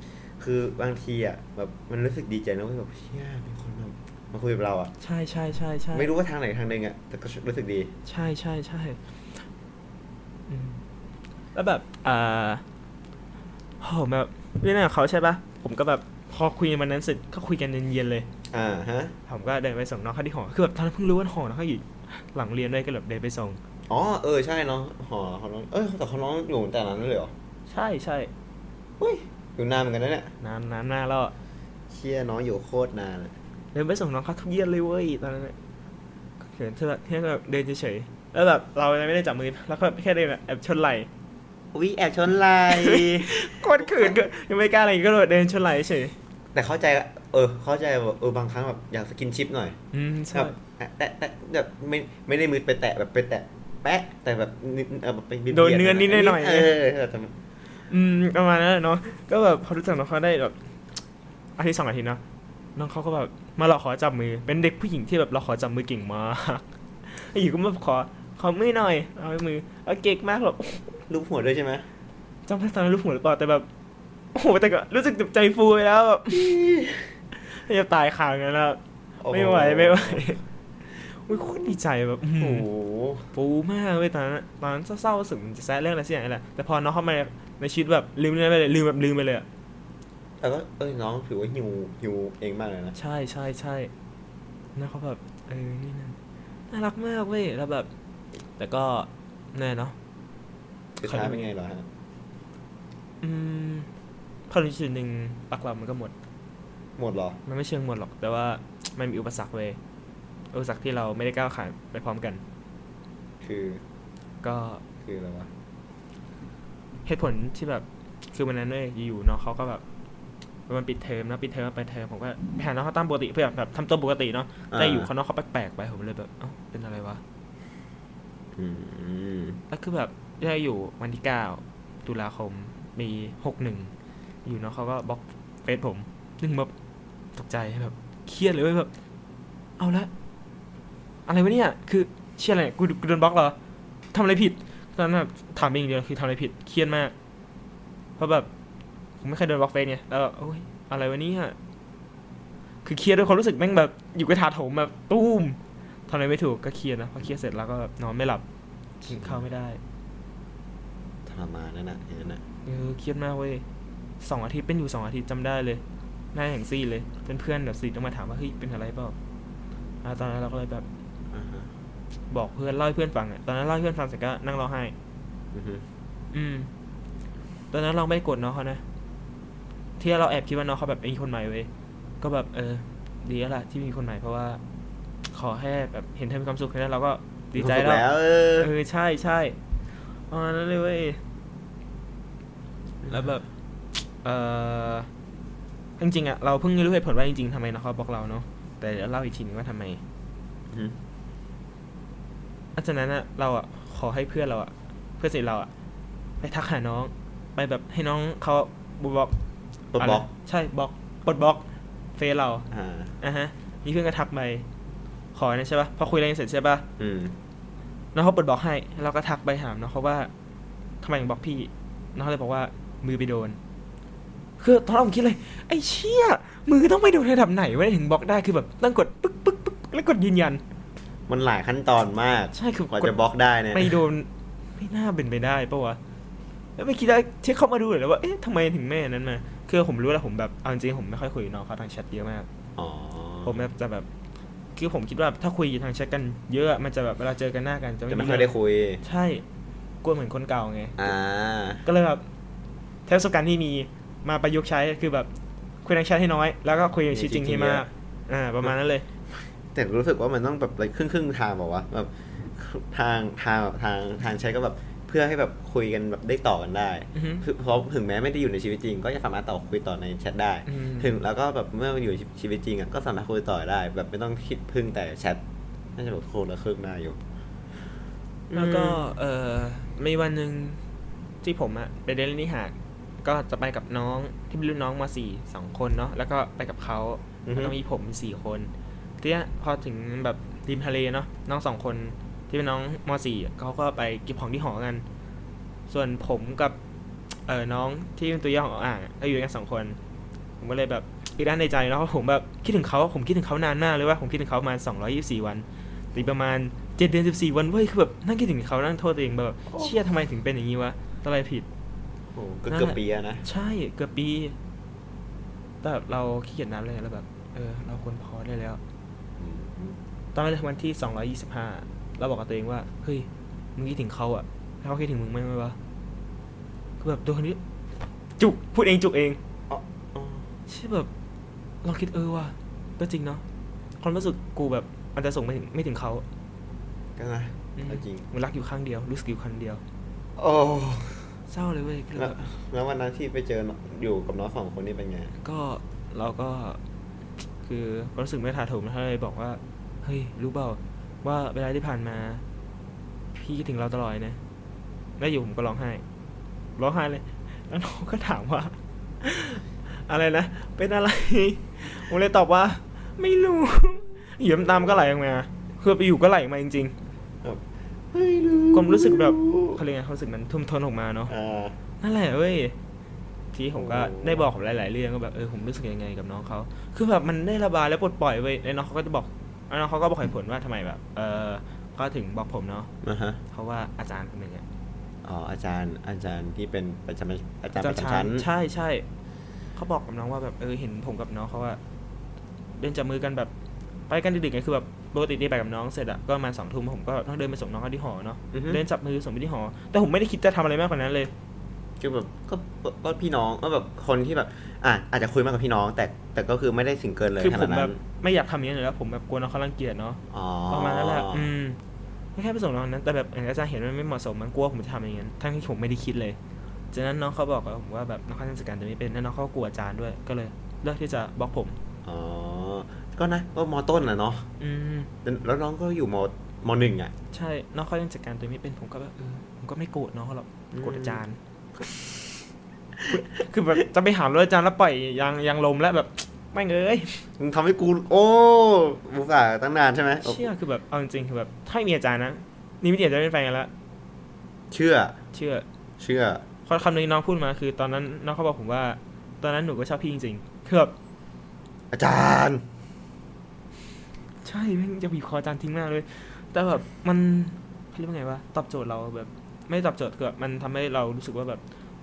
คือบางทีอ่ะแบบมันรู้สึกดีใจนะเว้ยแบบเชี่ยมีคนมามาคุยกับเราอ่ะใช่ใช่ใช่ใช่ไม่รู้ว่าทางไหนทางหนึ่งอ่ะแต่ก็รู้สึกดีใช่ใช่ใช่อืมแล้วแบบอ่าโหแบบเรื่องกับเขาใช่ปะผมก็แบบพอคุยวันนั้นเสร็จก็คุยกันเย็นๆเลยอ่าฮะผมก็เดินไปส่งน้องเขาที่หอคือแบบตอนนั้นเพิ่งรู้ว่าหอน้องเขาอยู่หลังเรียนด้วยก็แบบเดินไปส่งอ๋อเออใช่เนาะหอเขาน้องเออแต่เขาน้องอยู่แต่นั้นเลยเหรอใช่ใช่เฮ้ยอยู่นานเหมือนกันนะเนี่ยนานนานมากแล้วเชี่ยน้องอยู่โคตรนานเลยเดินไปส่งน้องเขาทุกเย็นเลยเว้ยตอนนั้นเขินเธอแบบแค่แบบเดินเฉยๆแล้วแบบเราไม่ได้จับมือแล้วก็แค่เดินแบบแอบชนไหล่วิแอบชนไหลโคตรเขินก็ยังไม่กล้าอะไรก็เดินชนไหล่เฉยแต่เข้าใจเออเข้าใจแบบเออบางครั้งแบบอยากสกินชิปหน่อยอืมใช่แบบแตะแตะแบบไม่ไม่ได้มือไปแตะแบบไปแตะแปะแต่แบบเออแบบไปโดนเนื้อนิดหน่อยเออแต่อืมประมาณนั้นเนาะก็แบบพอรู้จักน้องเขาได้แบบอาทิตย์สองอาทิตย์นะน้องเขาก็แบบมาเราขอจับมือเป็นเด็กผู้หญิงที่แบบเราขอจับมือเก่งมากอยู่ก็มาขอขอมือหน่อยเอามือเอาเก่งมากแบบรูปหัวด้วยใช่ไหมจำไม่ได้ตอนนั้นรูปหัวหรือเปล่าแต่แบบโอ้โหแต่ก็รู้สึกใจฟูไปแล้วแบบจะตายข่าวงั้นแล้วไม่ไหวไม่ไหวอุ้ยโคตรดีใจแบบโอ้โหฟูมากเลยตอนนั้นตอนนั้นเศร้าๆรู้สึกมันจะแซะเรื่องอะไรสักอย่างนี่แหละแต่พอน้องเข้ามาในชีวิตแบบลืมเรื่องไปเลยลืมแบบลืมไปเลยแต่ก็เอ้ยน้องถือว่าฮิวฮิวเองมากเลยนะใช่ใช่ใช่นะเขาแบบเออนี่นั่นน่ารักมากเว้ยแล้วแบบแต่ก็แน่เนาะสุดท้ายเป็นไงเหรอฮะอืมพอถึงจุดหนึ่งปักหลักมันก็หมดหมดเหรอมันไม่เชิงหมดหรอกแต่ว่ามันมีอุปสรรคเว้ยอุปสรรคที่เราไม่ได้ก้าวผ่านไปพร้อมกันคือก็คืออะไรวะเหตุผลที่แบบคือวันนั้นเลยอยู่ๆเนาะเขาก็แบบมันปิดเทอมนะปิดเทอมไปเทอมผมก็ไปหาน้องเขาตามปกติเพื่อแบบทำตัวปกติเนาะแต่อยู่เขาน้องเขาแปลกๆไปผมเลยแบบเอ้าเป็นอะไรวะอืมแล้วคือแบบได้อยู่วันที่เก้าตุลาคมปีหกหนึ่งอยู่เนาะเขาก็บล็อกเฟซผมนึงแบบตกใจแบบเครียดเลยแบบเอาละอะไรวะเนี่ยคือเชื่ออะไรกูกูโดนบล็อกเหรอทำอะไรผิดตอนนั้นแบบถามเองเดียวคือทำอะไรผิดเครียดมากเพราะแบบผมไม่เคยโดนบล็อกเฟซไงแล้วโอ้ยอะไรวะเนี่ยคือเครียดด้วยความรู้สึกแม่งแบบอยู่กระถาโถมแบบตุ้มทำอะไรไม่ถูกก็เครียดนะพอเครียดเสร็จแล้วก็นอนไม่หลับกินข้าวไม่ได้ทรมานนั่นน่ะอย่างนั้นน่ะเออเครียดมากเว้ยสองอาทิตย์เป็นอยู่สองอาทิตย์จำได้เลยหน้าแห่งซีเลยเพื่อนๆแบบซีต้องมาถามว่าเฮ้ยเป็นอะไรเปล่าตอนนั้นเราก็เลยแบบบอกเพื่อนเล่าให้เพื่อนฟังอ่ะตอนนั้นเล่าให้เพื่อนฟังเสร็จก็นั่งร้องไห้อืมตอนนั้นเราไม่ได้กดน้องเขานะที่เราแอบคิดว่าน้องเขาแบบมีคนใหม่เว้ยก็แบบเออดีแล้วล่ะที่มีคนใหม่เพราะว่าขอแค่แบบเห็นเธอมีความสุขแค่นั้นเราก็ดีใจแล้วเออใช่ใช่อ๋อนั่นเลยเว้ยแล้วแบบเออจริงๆอ่ะเราเพิ่งรู้เหตุผลว่าจริงๆทำไมน้องเขาบอกเราเนาะแต่เล่าอีกทีนึงว่าทำไมอาจารย์นั้นอะเราอะขอให้เพื่อนเราอะเพื่อนสนิทเราอะไปทักหาน้องไปแบบให้น้องเขาบล็อกปลดบล็อกใช่บล็อกปลดบล็อกเฟซเราอ่าอ่ะฮะนี่เพื่อนก็ทักไปขอเนี่ยใช่ป่ะพอคุยอะไรเสร็จใช่ป่ะอืมน้องเขาปลดบล็อกให้เราก็ทักไปถามน้องเขาว่าทำไมถึงบล็อกพี่น้องเขาเลยบอกว่ามือไปโดนคือตอนแรกผมคิดเลยไอ้เชี่ยมือต้องไปโดนระดับไหนวะถึงบล็อกได้คือแบบต้องกดปึ๊กปึ๊กปึ๊กแล้วกดยืนยันมันหลายขั้นตอนมากใช่คือกว่าจะบล็อกได้เนี่ยไปโดนไม่น่าเป็นไปได้ป่ะวะแล้วไม่คิดว่าเช็คเข้ามาดูเลยว่าเอ๊ะทำไมถึงแม่นั้นมาคือผมรู้แล้วผมแบบเอาจริงๆผมไม่ค่อยคุยกับน้องเขาทางแชทเยอะมากผมแบบจะแบบคือผมคิดว่าถ้าคุยทางแชทกันเยอะมันจะแบบเวลาเจอกันหน้ากันจะไม่ค่อยได้คุยใช่กลัวเหมือนคนเก่าไงอ่าก็เลยแบบใช้ประสบการณ์ที่มีมาประยุกต์ใช้คือแบบคุยทางแชทให้น้อยแล้วก็คุยในชีวิตจริงให้มากอ่าประมาณนั้นเลยแต่รู้สึกว่ามันต้องแบบครึ่งครึ่งทางบอกว่าแบบทางทางทางทางใช้ก็แบบเพื่อให้แบบคุยกันแบบได้ต่อกันได้เพราะถึงแม้ไม่ได้อยู่ในชีวิตจริงก็จะสามารถต่อคุยต่อในแชทได้ถึงแล้วก็แบบเมื่ออยู่ชีวิตจริงอ่ะก็สามารถคุยต่อได้แบบไม่ต้องคิดพึ่งแต่แชทน่าจะแบบโคตรละครึ่งได้อยู่แล้วก็เอ่อมีวันนึงที่ผมอะไปเดินเล่นที่หาดก็จะไปกับน้องที่เป็นรุ่นน้องมาสี่สองคนเนาะแล้วก็ไปกับเขาแล้วก็มีผมสี่คนทีนี้พอถึงแบบริมทะเลเนาะน้องสองคนที่เป็นน้องม.สี่เขาก็ไปเก็บของที่หอกันส่วนผมกับเออน้องที่เป็นตัวย่อของอ่างก็อยู่กันสองคนผมก็เลยแบบอีกด้านในใจแล้วผมแบบคิดถึงเขาผมคิดถึงเขานานมากเลยว่าผมคิดถึงเขาประมาณสองร้อยยี่สิบสี่วันตีประมาณเจ็ดเดือนสิบสี่วันเว้ยคือแบบนั่งคิดถึงเขานั่งโทษตัวเองแบบเชี่ยทำไมถึงเป็นอย่างนี้วะอะไรผิดโอ้ก็เกือบปีนะใช่เกือบปีแต่เราขี้เกียจนับเลยแล้วแบบเออเราควรพอได้แล้วตอนนั้นวันที่สองร้อยยี่สิบห้าเราบอกกับตัวเองว่าเฮ้ยมึงคิดถึงเขาอะแล้วเขาคิดถึงมึงไหมวะคือแบบตัวคนนี้จุกพูดเองจุกเองใช่แบบเราคิดเออว่ะก็จริงเนาะความรู้สึกกูแบบมันจะส่งไม่ถึงไม่ถึงเขาก็นะจริงมันรักอยู่ข้างเดียวรู้สึกอยู่ครั้งเดียวโอ้เศร้าเลยเว้ยแล้วแล้ววันนั้นที่ไปเจออยู่กับน้องสองคนนี้เป็นไงก็เราก็คือรู้สึกไม่ทาถูกนะเลยบอกว่าเฮ้ยรู้เปล่าว่าเวลาที่ผ่านมาพี่คิดถึงเราตลอดนะแล้วอยู่ผมก็ร้องไห้ร้องไห้เลยแล้วน้องก็ถามว่าอะไรนะเป็นอะไรผมเลยตอบว่าไม่รู้อยู่น้ำตามก็ไหลออกมาคือไปอยู่ก็ไหลออกมาจริงๆความรู้สึกแบบเขาเรียกไงความรู้สึกมันทุ่มท้นออกมาเนาะนั่นแหละเว้ยทีผมก็ได้บอกผมหลายๆเรื่องก็แบบเออผมรู้สึกยังไงกับน้องเขาคือแบบมันได้ระบายแล้วปลดปล่อยเว้ยแล้วน้องเขาก็จะบอกน้องเขาก็บอกเหตุผลว่าทำไมแบบเออก็ถึงบอกผมเนาะเพราะว่าอาจารย์คนนึงเนี่ยอ๋ออาจารย์อาจารย์ที่เป็นประจำอาจารย์ประจำชั้นใช่ใช่เขาบอกกับน้องว่าแบบเออเห็นผมกับน้องเขาว่าเดินจับมือกันแบบไปกันดึกๆไงคือแบบปกติที่ไปกับน้องเสร็จอะก็มาสองทุ่มผมก็ต้องเดินไปส่งน้องเขาที่หอเนาะเดินจับมือส่งไปที่หอแต่ผมไม่ได้คิดจะทำอะไรมากกว่านั้นเลยคือแบบก็ก็พี่น้องก็แบบคนที่แบบอ่ะอาจจะคุยมากกับพี่น้องแต่แต่ก็คือไม่ได้สิ่งเกินเลยคือผมแบบไม่อยากทำอย่างนี้เลยแล้วผมแบบกลัวน้องเขารังเกียจเนาะประมาณนั้นแหละอืมไม่แค่ไปส่งน้องนั้นแต่แบบอาจารย์เห็นมันไม่เหมาะสมมันกลัวผมจะทำอย่างนั้นทั้งที่ผมไม่ได้คิดเลยจากนั้นน้องเขาบอกกับผมว่าแบบน้องเขาจัดการจะไม่เป็นแล้วน้องเขากลัวอาจารย์ด้วยก็เลยเลือกที่จะบล็อกผมอ๋อก็นะก็มอต้นน่ะเนาะอืมแล้วน้องก็อยู่มมหนึ่งอ่ะใช่น้องเขายังจัดการตัวไม่เป็นผมก็แบบเออผมก็ไม่โกรธน้องเขาหรอกโกรธอาจารย์คือแบบจะไปหามรถอาจารย์แล้วปล่อยยางยางลมแล้วแบบไม่เงยมึงทำให้กูโอ้บุกอ่ะตั้งนานใช่ไหมเชื่อคือแบบเอาจริงๆคือแบบถ้ามีอาจารย์นะนี่ไม่เดียวจะเป็นแฟนกันแล้วเชื่อเชื่อเชื่อพอคำนี้น้องพูดมาคือตอนนั้นน้องเขาบอกผมว่าตอนนั้นหนูก็ชอบพี่จริงๆคือแบบอาจารย์ใช่แม่งจะบีบคออาจารย์ทิ้งมากเลยแต่แบบมันเรียกว่าไงวะตอบโจทย์เราแบบไม่ตอบโจทย์คือมันทำให้เรารู้สึกว่าแบบ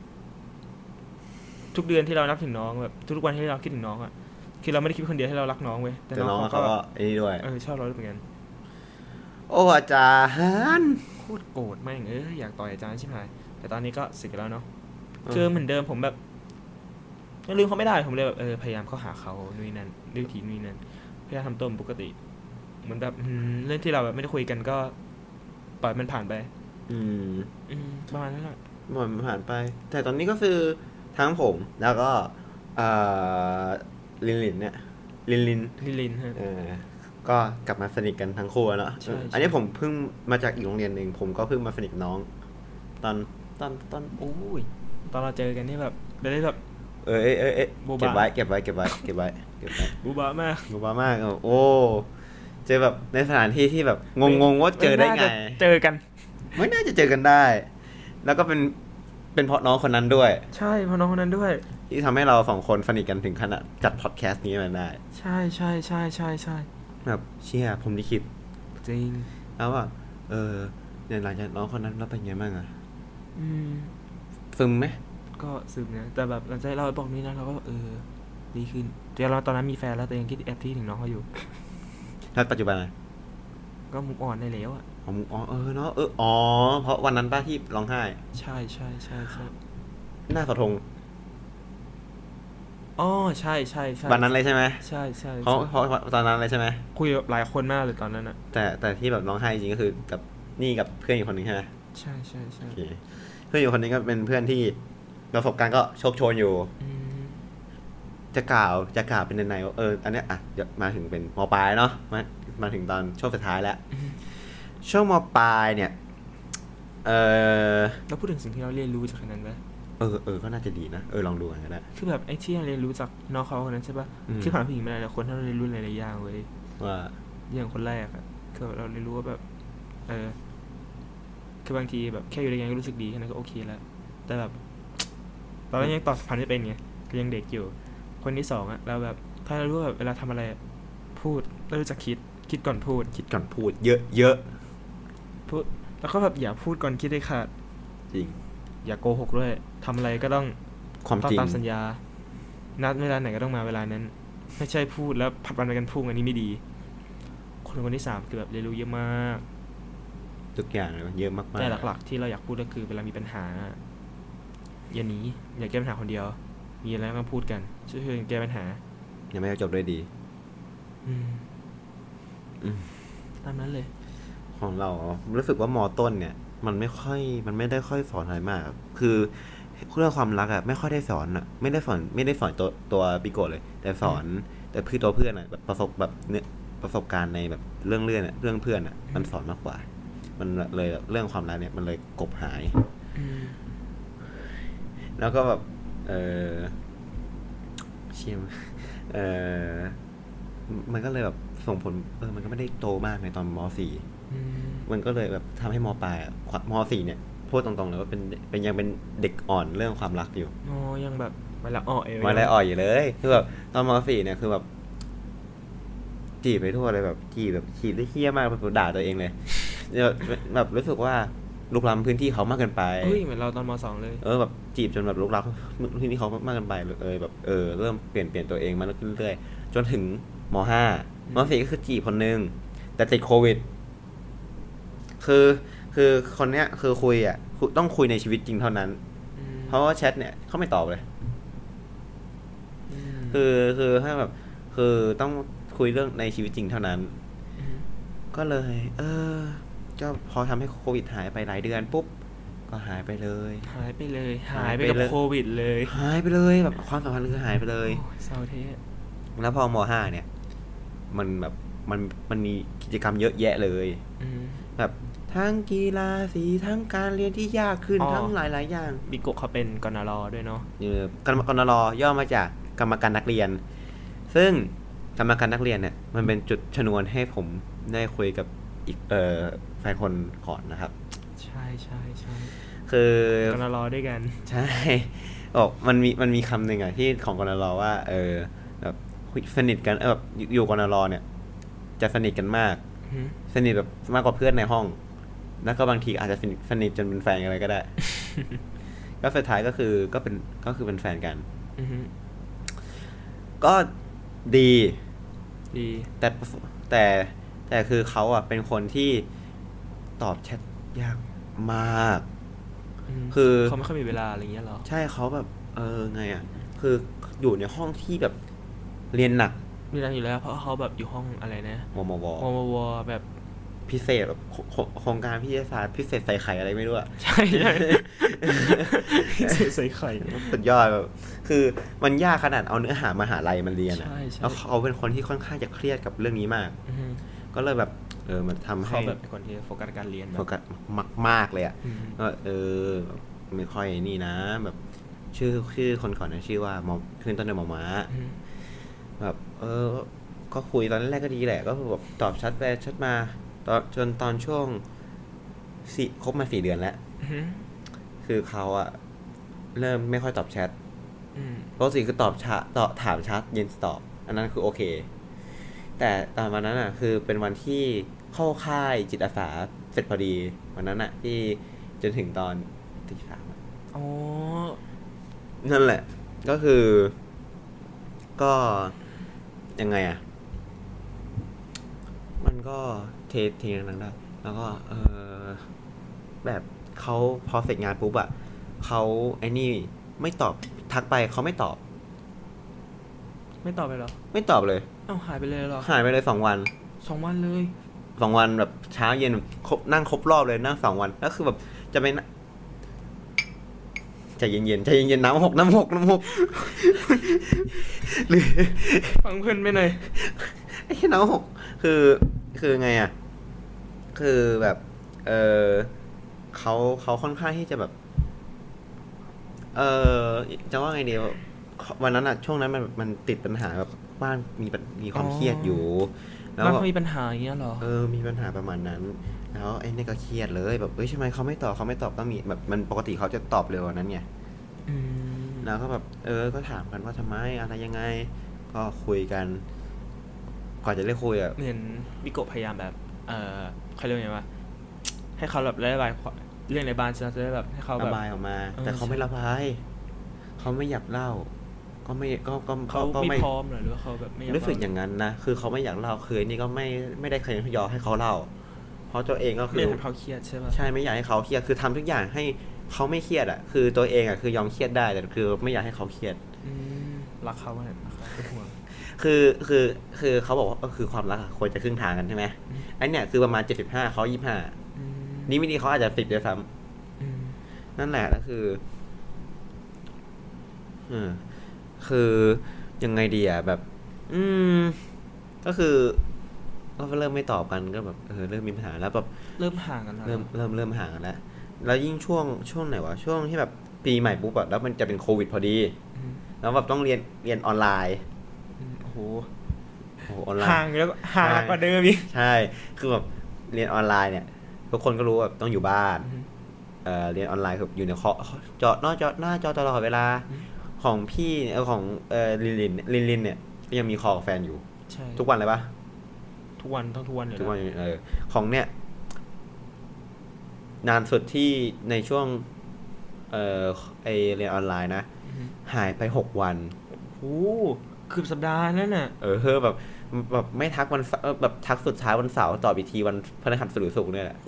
ทุกเดือนที่เรานับถึงน้องแบบทุกวันที่เราคิดถึงน้องอ่ะคือเราไม่ได้คิดคนเดียวให้เรารักน้องเว้ยแต่น้องเขาก็ไอ้นี่ด้วยเออชอบเราด้วยเหมือนกันโอ้อาจารย์โคตรโกรธแม่งเอออยากต่อยอาจารย์ใช่ไหมแต่ตอนนี้ก็สึกแล้วเนาะคือเหมือนเดิมผมแบบยังลืมเขาไม่ได้ผมเลยแบบเออพยายามเข้าหาเขานู่นนั่นด้วยทีนู่นนั่นพยายามทำตัวปกติเหมือนแบบเรื่องที่เราแบบไม่ได้คุยกันก็ปล่อยมันผ่านไปอืมอืมประมาณนั้นแหละปล่อยมันผ่านไปแต่ตอนนี้ก็คือทั้งผมแล้วก็ลินลินเนี่ยลินลินลินลินเออก็กลับมาสนิทกันทั้งคู่แล้วอันนี้ผมเพิ่งมาจากอีกโรงเรียนหนึ่งผมก็เพิ่งมาสนิทน้องตอนตอนตอนโอ้ยตอนเราเจอกันนี่แบบได้แบบเออเออเออเก็บไว้เก็บไว้เก็บไว้เก็บไว้เก็บไว้บูบามากบูบามากโอ้เจอแบบในสถานที่ที่แบบงงๆว่าเจอได้ไงเจอกันไม่น่าจะเจอกันได้แล้วก็เป็นเป็นเพราะน้องคนนั้นด้วยใช่เพราะน้องคนนั้นด้วยที่ทำให้เราสองคนสนิทกันถึงขนาดจัดพอดแคสต์นี้มาได้ใช่ใช่ใช่ใช่ใช่แบบเชี่ยผมลิขิตจริงแล้วว่าเออเนี่ยหลังจากน้องคนนั้นเราเป็นไงบ้างอ่ะอืมซึมไหมก็ซึมนะแต่แบบหลังจากเราบอกนี้นะเราก็เออดีขึ้นเดี๋ยวเราตอนนั้นมีแฟนแล้วแต่ยังคิดแอบที่ถึงน้องเขาอยู่แล้วปัจจุบันอะไรก็มุกอ่อนได้แล้วอ่ะอ๋อมุกอ๋อเออเนาะเอออ๋อเพราะวันนั้นป้าที่ร้องไห้ใช่ใช่ใช่ใช่หน้าสะทงอ๋อใช่ใช่ใช่วันนั้นเลยใช่ไหมใช่ใช่เพราะเพราะตอนนั้นเลยใช่ไหมคุยกับหลายคนมากเลยตอนนั้นอ่ะแต่แต่ที่แบบร้องไห้จริงก็คือกับนี่กับเพื่อนอีกคนหนึ่งใช่ไหมใช่ใช่ใช่เพื่อนอีกคนนึงก็เป็นเพื่อนที่ประสบการณ์ก็โชคโชนอยู่จะกล่าวจะกล่าวเป็นในๆเอออันนี้อ่ะมาถึงเป็นม.ปลายเนาะมามาถึงตอนช่วงสุดท้ายแล้วช่วงม.ปลายเนี่ยเออเราพูดถึงสิ่งที่เราเรียนรู้จากนั้นไหมเออเออก็น่าจะดีนะเออลองดูกันก็ได้คือแบบไอ้ที่เราเรียนรู้จากน้องเขาคนนั้นใช่ป่ะคือผ่านผู้หญิงมาหลายคนที่เราเรียนรู้หลายๆอย่างเว้ยว่าอย่างคนแรกอ่ะคือเราเรียนรู้ว่าแบบเออคือบางทีแบบแค่อยู่ด้วยกันก็รู้สึกดีแค่นั้นก็โอเคแล้วแต่แบบตอนนั้นยังตอบสัมพันธ์ไม่เป็นไงก็ยังเด็กอยู่คนที่สองอะเราแบบถ้าเรารู้แบบเวลาทำอะไรพูดเรารู้จักคิดคิดก่อนพูดคิดก่อนพูด เยอะเยอะพูดแล้วก็แบบอย่าพูดก่อนคิดได้ขาดจริงอย่าโกหกด้วยทำอะไรก็ต้องความต้องจริงตามสัญญา นัดเวลาไหนก็ต้องมาเวลานั้น ไม่ใช่พูดแล้วผัดวันไปกันพรุ่งอันนี้ไม่ดี คนคนที่สามคือแบบเรียนรู้เยอะมากทุกอย่างเลยเยอะมากๆแต่หลักๆที่เราอยากพูดก็คือเวลามีปัญหา อย่าหนีอย่าแก้ปัญหาคนเดียว มีอะไรก็พูดกันช่วยกันแก้ปัญหายังไม่จบด้วยดีอืมอืมตามนั้นเลยของเรารู้สึกว่ามอต้นเนี่ย มันไม่ค่อยมันไม่ได้ค่อยสอนอะไรมาก คือเรื่องความรักอะไม่ค่อยได้สอนอะไม่ได้สอนไม่ได้สอนตัวตัวปิโกะเลย แต่สอนแต่คือตัวเพื่อนอะแบบประสบแบบเนื้อประสบการณ์ในแบบเรื่องเรื่องอะเรื่องเพื่อนอะมันสอนมากกว่า มันเลยแบบเรื่องความรักเนี่ยมันเลยกลบหายอืมแล้วก็แบบเออเชี่ยมเออมันก็เลยแบบส่งผลเออมันก็ไม่ได้โตมากในตอนม .สี่อืมมันก็เลยแบบทำให้มปลายอะม .สี่ เนี่ยพูดตรงๆเลยว่าเป็นเป็นยังเป็นเด็กอ่อนเรื่องความรักอยู่อ๋อยังแบบเวลาอ่อยมาได้อ่อยอยู่เลยคือแบบตอนม .สี่ เนี่ยคือแบบจีบไปทั่วเลยแบบจีบแบบจีบได้เฮี้ยมากแบบด่าตัวเองเลยแบบแบบรู้สึกว่าลุกล้ำพื้นที่เขามากเกินไปเฮ้ยเหมือนเราตอนมสองเลยเออแบบจีบจนแบบลุกล้ำพื้นที่เขามากเกินไปเลยเออแบบเออเริ่มเปลี่ยนเปลี่ยนตัวเองมาเรื่อยๆจนถึงม .ห้า ม .สี่ ก็คือจีบคนนึงแต่ติดโควิด คือคือคนเนี้ยคือคุยอ่ะคุต้องคุยในชีวิตจริงเท่านั้นอืมเพราะว่าแชทเนี่ยเขาไม่ตอบเลยอืมคือคือถ้าแบบคือต้องคุยเรื่องในชีวิตจริงเท่านั้นมก็เลย เออก็พอทำให้โควิดหายไปหลายเดือนปุ๊บก็หายไปเลยหายไปเลย หาหาย ยไปไปกับเลยโควิดเลยหายไปเลยแบบความสัมพันธ์คือหายไปเลยโอ้ยเศร้าเทะแล้วพอมห้าเนี่ย มันแบบมันมันมีกิจกรรมเยอะแยะเลยอืมแบบทั้งกีฬาสีทั้งการเรียนที่ยากขึ้นอ๋อทั้งหลายหลายๆอย่างบิโกะเขาเป็นกนรด้วยเนาะเออกรรมกรรย่อมาจากกรรมการนักเรียน ซึ่งกรรมการนักเรียนเนี่ยมันเป็นจุดชนวนให้ผมได้คุยกับอีกเอ่อแฟนคนก่อนนะครับใช่ใช่ใช่คือกนรด้วยกันใช่บอกมันมีมันมีคำหนึ่งอะที่ของกรรว่า เออแบบสนิทกันเออแบบอยู่กรรเนี่ย จะสนิทกันมากอืมสนิทแบบมากกว่าเพื่อนในห้อง แล้วก็บางทีอาจจะสนิทสนิทจนเป็นแฟนกันเลยก็ได้ ก็สุดท้ายก็คือก็เป็นก็คือเป็นแฟนกันอืมก็ดีดีแต่แต่แต่คือเขาอ่ะเป็นคนที่ตอบแชทยากมากมคือเขาไม่ค่อยมีเวลาอะไรเงี้ยหรอใช่เขาแบบ เออไงอ่ะ คืออยู่ในห้องที่แบบเรียนหนักมีเวลาอยู่แล้วเพราะเขาแบบอยู่ห้องอะไรนะมมววววแบบพิเศษแบบโคโคโครงการพิเศษศาสตร์พิเศษใส่ไข่อะไรไม่รู้อะใช่ใช่ ใส่ไข่สุดยอดแบบคือมันยากขนาดเอาเนื้อหามหาลัยมันเรียนอะใช่ใช่แล้วเขาเป็นคนที่ค่อนข้างจะเครียดกับเรื่องนี้มากอืมก็เลยแบบ เออมันทำให้เขาแบบเป็นคนที่โฟกัสการเรียนแบโฟบกัสมาก ๆ เลยอะอืมก็เออไม่ค่อยนี่นะ แบบชื่อชื่อคนก่อนนะชื่อว่าหมอขึ้นต้นด้วยหมอม้าอืมแบบเออ ก็คุยตอนแรกก็ดีแหละ ก็คือแบบตอบชัดไปชัดมาตอนจนตอนช่วงสี่ครบมาสี่เดือนแล้วอืมคือเขาอะเริ่มไม่ค่อยตอบแชทอืมปกติคือตอบช้าตอบถามชัดเย็นตอบ อันนั้นคือโอเค แต่ตอนวันนั้นอะคือเป็นวันที่เข้าค่ายจิตอาสาเสร็จพอดี วันนั้นอะที่จนถึงตอนตีสามอะอ๋อนั่นแหละ ก็คือ ก็ยังไงอะมันก็เทเทนั้นได้ แล้วก็เออแบบเขาพอเสร็จงานปุ๊บอะเขาไอ้นี่ไม่ตอบทักไปเขาไม่ตอบไม่ตอบไปเหรอไม่ตอบเลยเอ้าหายไปเลยเหรอหายไปเลยสองวันสองวันเลยสองวันแบบเช้าเย็นครบนั่งครบรอบเลยนั่งสองวันแล้วคือแบบจะไปนะใจเย็นๆใจเย็นๆน้ำหกน้ำหกน้ำหก หรือฟังเพื่อนไปหน่อยไอ้น้ำหกคือคือไงอ่ะคือแบบเออเขาเขาค่อนข้างที่จะแบบ เออจะว่าไงดีวะวันนั้นอะช่วงนั้นมันมันติดปัญหาแบบบ้านมีปัญมีความอ๋อเครียดอยู่ แล้วบ้านเขามีปัญหาอย่างเงี้ยเหรอเออมีปัญหาประมาณนั้น แล้วไอ้นี่ก็เครียดเลยแบบเอ้ยทำไมเขาไม่ตอบเขาไม่ตอบต้องมีแบบมันปกติเขาจะตอบเร็วกว่านั้นไงอืมแล้วก็แบบเออก็ถามกันว่าทำไมอะไรยังไง ก็คุยกันก่อนจะได้คุยอ่ะเหมือนมิโกะพยายามแบบเอ่อเขาเรียกว่าไงวะให้เขาแบบระบายเรื่องในบ้านจะได้แบบให้เขาแบบระบายออกมาเออแต่เขาไม่ใช่ระบายเขาไม่อยากเล่า ก็ไม่ก็ก็เขาก็ไม่ไม่พร้อมเหรอหรือว่าเขาแบบไม่อยากรู้สึกอเล่าย่างนั้นนะคือเขาไม่อยากเล่าคืออันนี่ก็ไม่ไม่ได้เคยยอมให้เขาเล่า เพราะตัวเองก็คืไม่ออยากให้เขาเครียดใช่ป่ะใช่ไม่อยากให้เขาเครียดคือทำทุกอย่างให้เขาไม่เครียดอ่ะคือตัวเองอ่ะคือยอมเครียดได้แต่คือไม่อยากให้เขาเครียดอืมรักเขาอะรักเขาเป็นห่วงคือคือคือเขาบอกว่าก็คือความรักอะควรจะครึ่งทางกันใช่ไหมอืมไอ้เนี่ยคือประมาณเจ็ดสิบห้าเขายี่สิบห้าอืมนี่ไม่ดีเขาอาจจะสิบด้วยซ้อืมำนั่นแหละก็คือเออคือยังไงดีอ่ะแบบ อืม ก็คือก็เริ่มไม่ตอบกันก็แบบเออเริ่มมีปัญหาแล้วแบบเริ่มห่างกันแล้วเริ่มเริ่มเริ่มห่างกันแล้วแล้วยิ่งช่วงช่วงไหนวะช่วงที่แบบปีใหม่ปุ๊บอะแล้วมันจะเป็นโควิดพอดีอืมแล้วแบบต้องเรียนเรียนออนไลน์อืมโอ้โหโอ้โหออนไลห่างน์แล้วก็ห่างใช่กว่าเดิมอีกใช่คือแบบเรียนออนไลน์เนี่ยทุกคนก็รู้ว่าแบบต้องอยู่บ้านอืมเอ่อเรียนออนไลน์คืออยู่ในเคาะจอหน้าจอหน้าจอตลอดเวลาอืมของพี่เนี่ยเออของเอ่อลินลินลินลินเนี่ยก็ยังมีคอลกับแฟนอยู่ใช่ทุกวันเลยปะทุกวันต้องทุกวันเลยทุกวันเออของเนี่ยนานสุดที่ในช่วงเอ่อไอเรียนออนไลน์นะอืมหายไปหกวันโอ้โหเกือบสัปดาห์นั่นน่ะเออเฮ้อแบบแบบไม่ทักวันเสาร์เออแบบทักสุดท้ายวันเสาร์ตอบอีกทีวันพฤหัสหรือศุกร์เนี่ยแหละ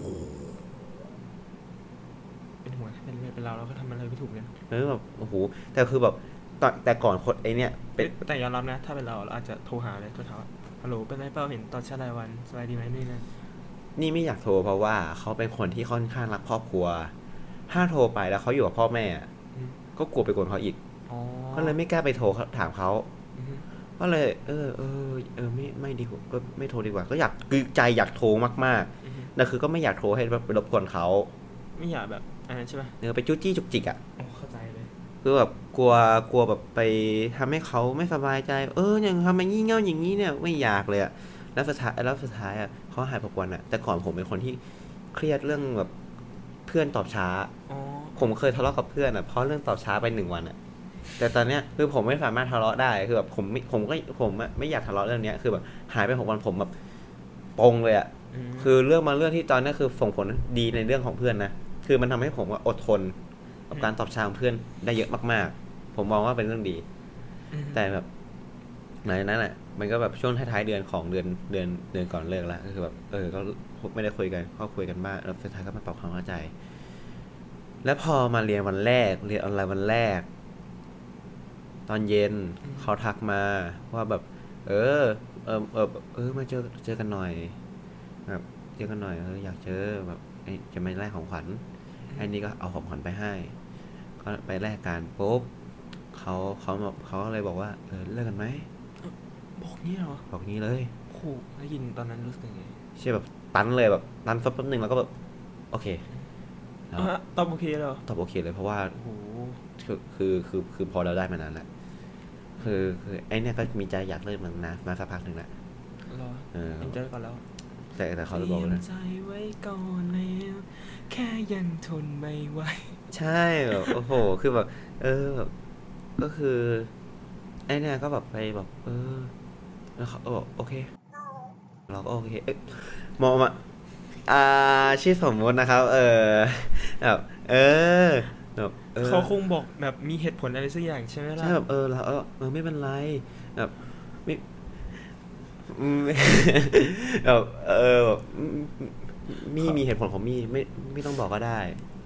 เป็นห่วงเป็นเป็นเราเราก็ทำอะไรไม่ถูกกันเออแบบโอ้โหแต่คือแบบตอนแต่ก่อนคนไอเนี่ยเป็นแต่ยอมรับนะ ถ้าเป็นเราเราอาจจะโทรหาเลยโทรถามว่าฮัลโหลเป็นไรเปล่าเห็นตอนเช้ารายวันสบายดีไหมนี่นะนี่ไม่อยากโทรเพราะว่าเขาเป็นคนที่ค่อนข้างรักครอบครัว ถ้าโทรไปแล้วเขาอยู่กับพ่อแม่อะอืมก็กลัวไปกวนเขาอีกอ๋อก็เลยไม่กล้าไปโทรถามเขาอืมก็เลย เออเออเออไม่ไม่ดีกว่าก็ไม่โทรดีกว่า ก็อยากคือใจอยากโทรมากอืมๆแต่คือก็ไม่อยากโทรให้ไปรบกวนเขาไม่อยากแบบอันนั้นใช่ป่ะเออไปจู้จี้จุกจิกอ่ะโอ้เข้าใจเลยคือแบบกลัวกลัวแบบไปทำให้เขาไม่สบายใจ เอออย่างทำอย่างงี้เง่าอย่างนี้เนี่ยไม่อยากเลยอะแล้วสุดท้ายแล้วสุดท้ายอ่ะเขาหายไปวันอ่ะแต่ก่อนผมเป็นคนที่เครียดเรื่องแบบเพื่อนตอบช้าอ๋อผมเคยทะเลาะกับเพื่อนอ่ะเพราะเรื่องตอบช้าไปหนึ่งวันอ่ะแต่ตอนเนี้ยคือผมไม่สามารถทะเลาะได้คือแบบผมไม่ผมก็ผมอะไม่อยากทะเลาะเรื่องเนี้ยคือแบบหายไปหกวันผมแบบปงเลยอ่ะอืมคือเรื่องมาเรื่องที่ตอนนี้คือส่งผลดีในเรื่องของเพื่อนนะคือมันทำให้ผมอดทนกับการตอบช้าของเพื่อนได้เยอะมากๆ ผมมองว่าเป็นเรื่องดีมแต่แบบหลังจากนั้นแหละมันก็แบบช่วงท้ายๆเดือนของเดือนเดือนเดือนก่อนเลิกแล้วก็คือแบบเออก็ไม่ได้คุยกันก็คุยกันบ้างแล้วสุดท้ายก็มาปรับความเข้าใจ แล้วพอมาเรียนวันแรกเรียนออนไลน์วันแรก ตอนเย็นเขาทักมาว่าแบบ เออ เออเออเออมาเจอเจอกันหน่อยแบบเจอกันหน่อยเอออยากเจอแบบไอ้จะไม่แลกของขวัญไอ้นี่ก็เอาของขวัญไปให้ ก็ไปแลกกันปุ๊บเขาเขาเขาเลยบอกว่าเออเลิกกันไหมบอกนี่เหรอบอกนี้เลยโอ้โหได้ยินตอนนั้นรู้สึกยังไงเชื่อแบบตันเลยแบบตันสักแป๊บหนึ่งแล้วก็แบบโอเคแล้วอ่ะตอบโอเคแล้วเหรอตอบโอเคเลยเพราะว่าโอ้โหคือคือคือคือพอเราได้มานานแล้วคือคือไอ้เนี่ยก็มีใจอยากเลิกมันนะมาสักพักหนึ่งแล้วรอเออเอ็นจอยก่อนแล้วแต่แต่เขาเลยบอกเตรียนะมใจไว้ก่อนแล้วแค่ยังทนไม่ไหวใช่แบบโอ้โหคือแบบเออแบบก็คือไอ้เนี่ยก็แบบไปแบบเออแล้วเขาก็บอกโอเคเราก็โอเคเอ๊ะมองมาอ่าชื่อสมมตินะครับ เออแบบเออแบบออเขาคงบอกแบบมีเหตุผลอะไรสักอย่างใช่ไหมล่ะใช่แบบเออเราเออเออไม่เป็นไรแบบไม่อืม แบบเออแบบมีมีเหตุผลของมีไม่ไม่ต้องบอกก็ได้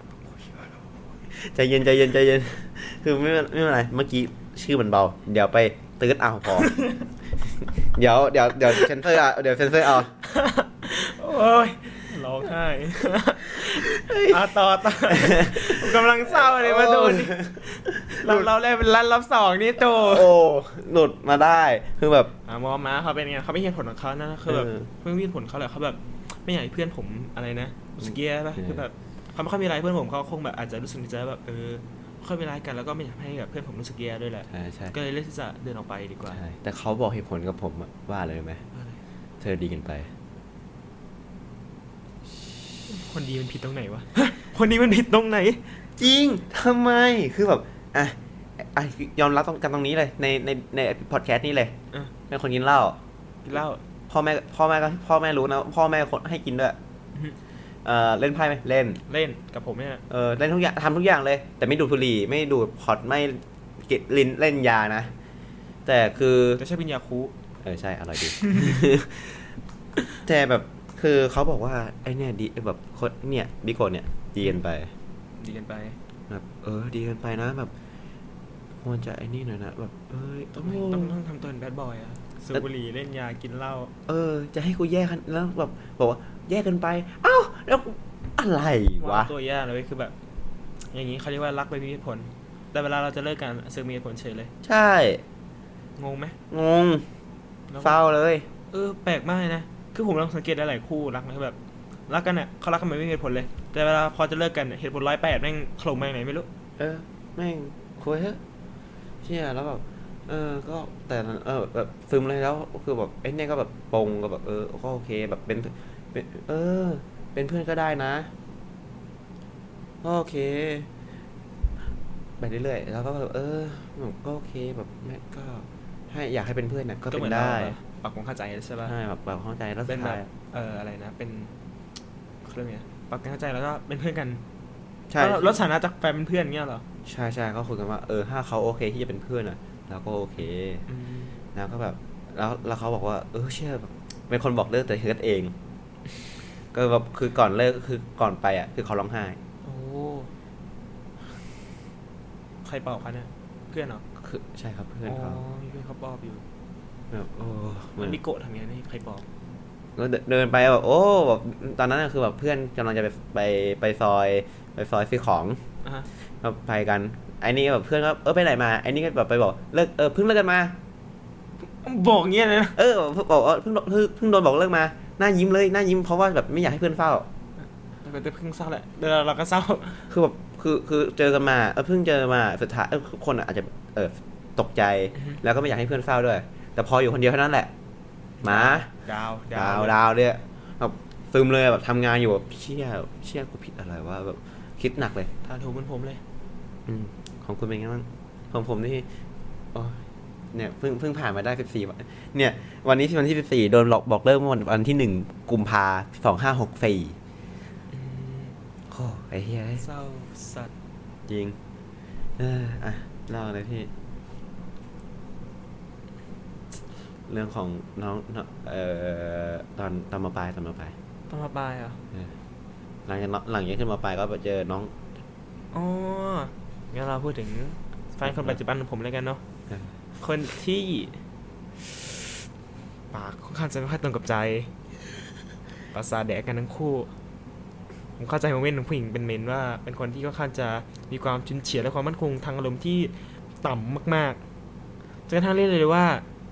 ใจเย็นใจเย็นใจเย็นคือไม่ไม่เป็นไรเมื่อกี้ชื่อมันเบา เดี๋ยวไปตื้ดเอาพอ เดี๋ยวเดี๋ยวเดี๋ยวเซนเซอร์เอาเดี๋ยวเซนเซอร์เอาโอ้ยร้องไห้ อ่ะต่อต่อผมกำลังเศร้าเลยมาดูดิเราเราเล่นเป็นรันรับสองนี่โตโอ้หลุดมาได้คือแบบอ่ะมอมาเขาเป็นไงเขาไม่เห็นผลของเขานะคือแบบเออเพื่อนมีเหตุผลเขาแหละเขาแบบไม่อยากให้เพื่อนผมอะไรนะรู้สึกแย่ป่ะเออคือแบบเขาไม่ค่อยมีอะไรเพื่อนผมเขาคงแบบอาจจะรู้สึกใจแบบเออไม่ค่อยมีอะไรกันแล้วก็ไม่อยากให้แบบเพื่อนผมรู้สึกแย่ด้วยแหละใช่ใช่ก็เลยเลือกที่จะเดินออกไปดีกว่าใช่แต่เขาบอกเหตุผลกับผมอะว่าอะไรรู้ไหมอะไรเธอดีกันไปคนดีมันผิดตรงไหนวะ คนดีมันผิดตรงไหนจริงทำไมคือแบบอ่ะอ่ะยอมรับตรงกันตรงนี้เลยในในในพอดแคสต์นี้เลยเป็นคนกินเหล้ากินเหล้าพ่อแม่พ่อแม่ก็พ่อแม่รู้นะพ่อแม่คนให้กินด้วยเออเล่นไพ่ไหมเล่นเล่นกับผมเนี่ยเออเล่นทุกอย่างทำทุกอย่างเลยแต่ไม่ดูดบุหรี่ไม่ดูดพอตไม่เก็บลิ้นเล่นยานะแต่คือจะใช่เป็นยาคูเออใช่อร่อยดี แต่แบบคือเขาบอกว่าไอเนี่ยดีแบบคนเนี่ยบิโกะเนี่ยดีกันไปดีกันไปแบบเออดีกันไปนะแบบควรจะไอ้นี่หน่อยนะแบบเอ้ยต้องต้องต้องทำตัวเป็นแบดบอยอะสูบบุหรี่เล่นยากินเหล้าเออจะให้กูแยกกันแล้วแบบบอกว่าแยกกันไปเอ้าแล้วอะไรวะตัวแย่เลยคือแบบอย่างนี้เขาเรียกว่ารักไปมีเหตุผลแต่เวลาเราจะเลิกกันซึ่งมีเหตุผลเฉยเลยใช่งงไหมงงเฝ้าเลยเออแปลกมากนะคือผมลองสังเกตหลายคู่รักนะแบบรักกันเนี่ยเขารักกันไม่มีเหตุผลเลยแต่เวลาพอจะเลิกกันเหตุผลร้อยแปดแม่งโผล่มาไหนไม่รู้เออแม่งคุยเฮ้ยเชี่ยแล้วแบบเออก็แต่เออแบบซึมเลยแล้วคือแบบไอ้เนี่ยก็แบบปงก็แบบเออก็โอเคแบบเป็นเป็นเออเป็นเพื่อนก็ได้นะก็โอเคไปเรื่อยๆแล้วก็แบบเออก็โอเคแบบแม่ก็ให้อยากให้เป็นเพื่อนนะก็เป็นได้ปรับความเข้าใจใช่ป่ะใช่แบบปรับความเข้าใจแล้วเป็นแบบเอออะไรนะเป็นเรื่องไงปรับความเข้าใจแล้วก็เป็นเพื่อนกันใช่ลดสถานะจากแฟนเป็นเพื่อนเงี้ยเหรอใช่ใช่ก็คุยกันว่าเออถ้าเขาโอเคที่จะเป็นเพื่อนอ่ะเราก็โอเคแล้วก็แบบแล้วแล้วเขาบอกว่าเออเชื่อแบบเป็นคนบอกเลิกแต่เฮิร์ตเองก็แบบคือก่อนเลิกก็คือก่อนไปอ่ะคือเขาร้องไห้โอ้ใครปลอบเขาเนี่ยเพื่อนเหรอคือใช่ครับเพื่อนเขาอ๋อมีเพื่อนเขาปลอบอยู่แบบโอ้เหมือนมิโกะทำยังไงนี่ใครปลอบก็เดินไปแบบโอ้แบบตอนนั้นคือแบบเพื่อนกำลังจะไปไปไปซอยไปซอยซื้อของก็ไปกันไอ้นี่แบบเพื่อนก็เออไปไหนมาไอ้นี่ก็แบบไปบอกเลิกเออเพิ่งเลิกกันมาบอกเงี้ยนะเออบอกเพิ่งเพิ่งโดนบอกเลิกมาหน้ายิ้มเลยหน้ายิ้มเพราะว่าแบบไม่อยากให้เพื่อนเฝ้าแต่เพิ่งเศร้าแหละเดี๋ยวเราก็เศร้าคือแบบคือคือเจอกันมาเออเพิ่งเจอมาสุดท้ายเออคนอาจจะเออตกใจแล้วก็ไม่อยากให้เพื่อนเฝ้าด้วยแต่พออยู่คนเดียวเท่านั้นแหละมาดาวดาวดาวเนี่ยแบบซึมเลยแบบทำงานอยู่แบบเชี่ยเชี่ยกูผิดอะไรวะแบบคิดหนักเลยทานถูกเหมือนผมเลยอืมของคุณเป็นไงบ้างของผมนี่โอ้เนี่ยเพิ่งเพิ่งผ่านมาได้สิบสี่วันเนี่ยวันนี้ที่วันที่สิบสี่โดนหลอกบอกเลิกเมื่อวันวันที่หนึ่งกุมภาสองห้าหกสี่โอ้ไอ้เหี้ยเศร้าสัตว์จริงเอออ่ะเล่าเลยพี่เรื่องของน้องเอ่อตอนตอนมาปลายตอนมาปลายตอนมาปลายอ่ะหลังจากหลังจากขึ้นมาปลายก็ไปเจอน้องอ๋องั้นเราพูดถึงแฟนคนปัจจุบันของผมเลยกันเนาะคนที่ปากค่อนข้างจะไม่ค่อยตรงกับใจภาษาแดกกันทั้งคู่ผมเข้าใจโมเมนต์ของผู้หญิงเป็นเมนว่าเป็นคนที่ค่อนข้างจะมีความฉุนเฉียวและความมั่นคงทางอารมณ์ที่ต่ำมากๆจนกระทั่งเรียกเลยว่า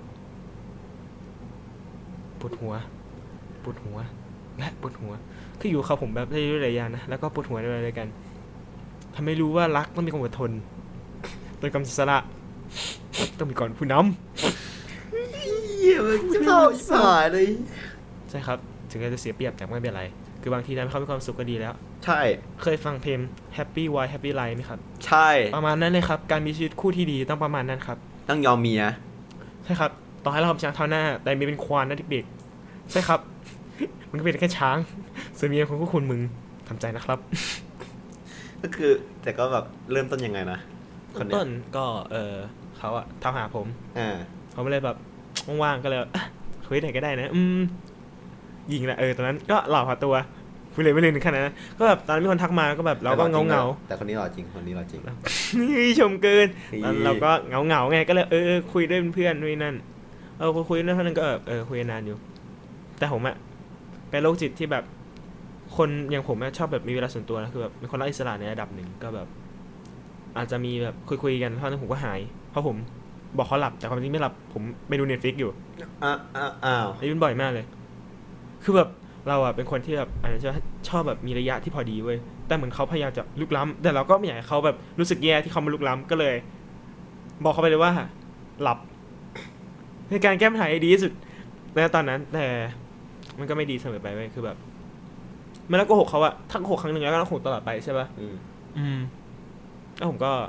ปวดหัวปวดหัวและปวดหัวคืออยู่เขาผมแบบได้ด้วยหลายอย่างนะแล้วก็ปวดหัวด้วยอะไรกันทำให้รู้ว่ารักต้องมีความอดทนต้องกำสละต้องมีก่อนผู้นำเยี่ยมชอบสายเลยใช่ครับถึงจะเสียเปรียบแต่ไม่เป็นไรคือบางทีทำให้เขามีความสุขก็ดีแล้วใช่เคยฟังเพลง Happy Wife Happy Life ไหมครับใช่ประมาณนั้นเลยครับการมีชีวิตคู่ที่ดีต้องประมาณนั้นครับต้องยอมเมียใช่ครับต่อให้เราเป็นช้างเท้าหน้าแต่มีเป็นควานนะเด็กๆใช่ครับมันก็เป็นแค่ช้างส่วนเมียของพวกคุณมึงทำใจนะครับก็คือแต่ก็แบบเริ่มต้นยังไงนะต้นก็เออเขาอะทักหาผมอ่าเขาไม่เลยแบบว่างๆก็เลยคุยไหนก็ได้นะอืมยิงแหละเออตอนนั้นก็หล่อพอตัวคุยเลยไม่เลยถึงขนาดนั้นก็แบบตอนมีคนทักมาก็แบบเราก็เงาเงาแต่คนนี้หล่อจริงคนนี้หล่อจริงนี่ชมเกินแล้วเราก็เงาเงาไงก็เลยเออคุยด้วยเป็นเพื่อนด้วยนั่นเออคุยด้วยเท่านั้นก็เออคุยนานอยู่แต่ผมอะเป็นโรคจิตที่แบบคนอย่างผมชอบแบบมีเวลาส่วนตัวนะคือแบบเป็นคนรักอิสระในระดับหนึ่งก็แบบอาจจะมีแบบคุยๆกันเท่านั้นผมก็หายเพราะผมบอกเขาหลับแต่ความจริงไม่หลับผมไปดู Netflix อยู่อ้าวอ้าวนี่เป็นบ่อยมากเลยคือแบบเราอะเป็นคนที่แบบอาจจะชอบแบบมีระยะที่พอดีเว้ยแต่เหมือนเขาพยายามจะลุกล้ำแต่เราก็ไม่อยากให้เขาแบบรู้สึกแย่ที่เขามาลุกล้ำก็เลยบอกเขาไปเลยว่าหลับในการแก้ปัญหาดีที่สุดในตอนนั้นแต่มันก็ไม่ดีเสมอไปเว้ยคือแบบไม่แล้วโกหกเขาอะถ้าโกหกครั้งหนึ่งแล้วก็ต้องโกหกตลอดไปใช่ป่ะอืมแล้วผมก็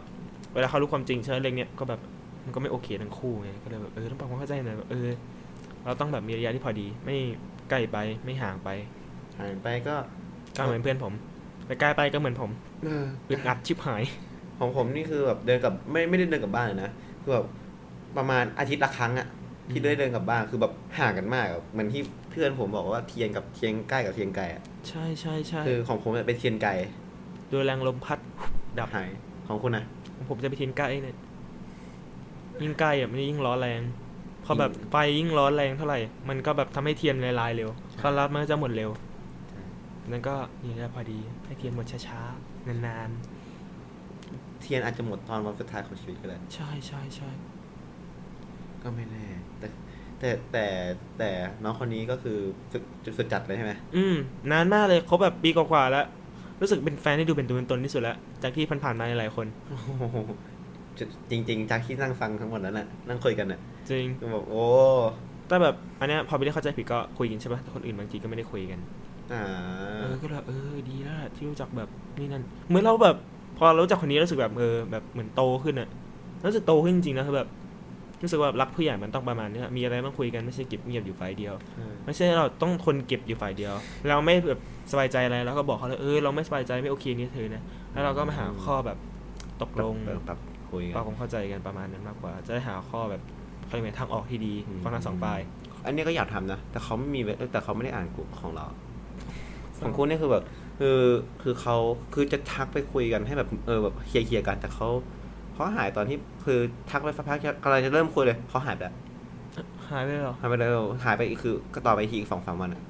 เวลาเขารู้ความจริงใช่ไหมเรื่องเนี้ยก็แบบมันก็ไม่โอเคทั้งคู่ไงก็เลยแบบเออต้องปรับความเข้าใจหน่อยแบบเออเราต้องแบบมีระยะที่พอดีไม่ใกล้ไปไม่ห่างไปห่างไปก็ก็เหมือนเพื่อนผมไปใกล้ไปก็เหมือนผมอึดอัดชิบหายของผมนี่คือแบบเดินกับไม่ไม่ได้เดินกลับบ้านเลยนะคือแบบประมาณอาทิตย์ละครั้งอะที่ได้เดินกลับบ้านคือแบบห่างกันมากเหมือนที่เพื่อนผมบอกว่าเทียนกับเทียนใกล้กับเทียนไกลอะใช่ใช่ใช่คือของผมเป็นเทียนไกลโดยแรงลมพัดดับหายของคุณนะของผมจะไปเทียนใกล้เนี่ยยิ่งใกล้อะมันยิ่งร้อนแรงพอแบบไฟยิ่งร้อนแรงเท่าไหร่มันก็แบบทำให้เทียนละลายเร็วความร้อนมันก็จะหมดเร็วนั่นก็นี่แหละพอดีให้เทียนหมดช้าๆนานๆเทียนอาจจะหมดตอนวันสุดท้ายของชีวิตก็ได้ใช่ใช่ใช่ก็ไม่แน่แต่แต่แต่แต่น้องคนนี้ก็คือฝึกจุดฝึกจัดเลยใช่ไหมอืมนานมากเลยเขาแบบปีกว่าๆแล้วรู้สึกเป็นแฟนที่ดูเป็นตัวเป็นตนที่สุดแล้วจากที่ผ่านๆมาหลายคนจริงๆจากที่นั่งฟังทั้งหมดนั้นน่ะนั่งคุยกันน่ะจริงแบบโอ้แต่แบบอันเนี้ยพอไม่ได้เข้าใจผิดก็คุยกันใช่ป่ะแต่คนอื่นบางทีก็ไม่ได้คุยกันอ่าเออก็แบบเออดีแล้วที่รู้จักแบบนี่นั่นเหมือนเราแบบพอเรารู้จักคนนี้รู้สึกแบบเออแบบเหมือนโตขึ้นอ่ะรู้สึกโตขึ้นจริงๆนะคือแบบรู้สึกว่ารักผู้ใหญ่มันต้องประมาณนี้มีอะไรต้องคุยกันไม่ใช่เก็บเงียบอยู่ฝ่ายเดียวไม่ใช่เราต้องทนเก็บอยู่ฝ่ายเดียวเราไม่แบบสบายใจอะไรเราก็บอกเขาเลยเออเราไม่สบายใจไม่โอเคนี่เธอนะแล้วเราก็มาหาข้อแบบตกลงปรับคุยกันปรับความเข้าใจกันประมาณนั้นมากกว่าจะได้หาข้อแบบเขาเรียกว่าทางออกที่ดีฟังทั้งสองฝ่ายอันนี้ก็อยากทำนะแต่เขาไม่มีแต่เขาไม่ได้อ่านกลุ่มของเราของคุณนี่คือแบบคือคือเขาคือจะทักไปคุยกันให้แบบเออแบบเคลียร์กันแต่เขาเขาหายตอนที่คือทักไปสักพักกำลังจะเริ่มคุยเลยเขาหายไปแล้วหายไปหรอหายไปเลยหายไปอีกคือก็ต่อไปทีอีกสองสามวันอ่ะ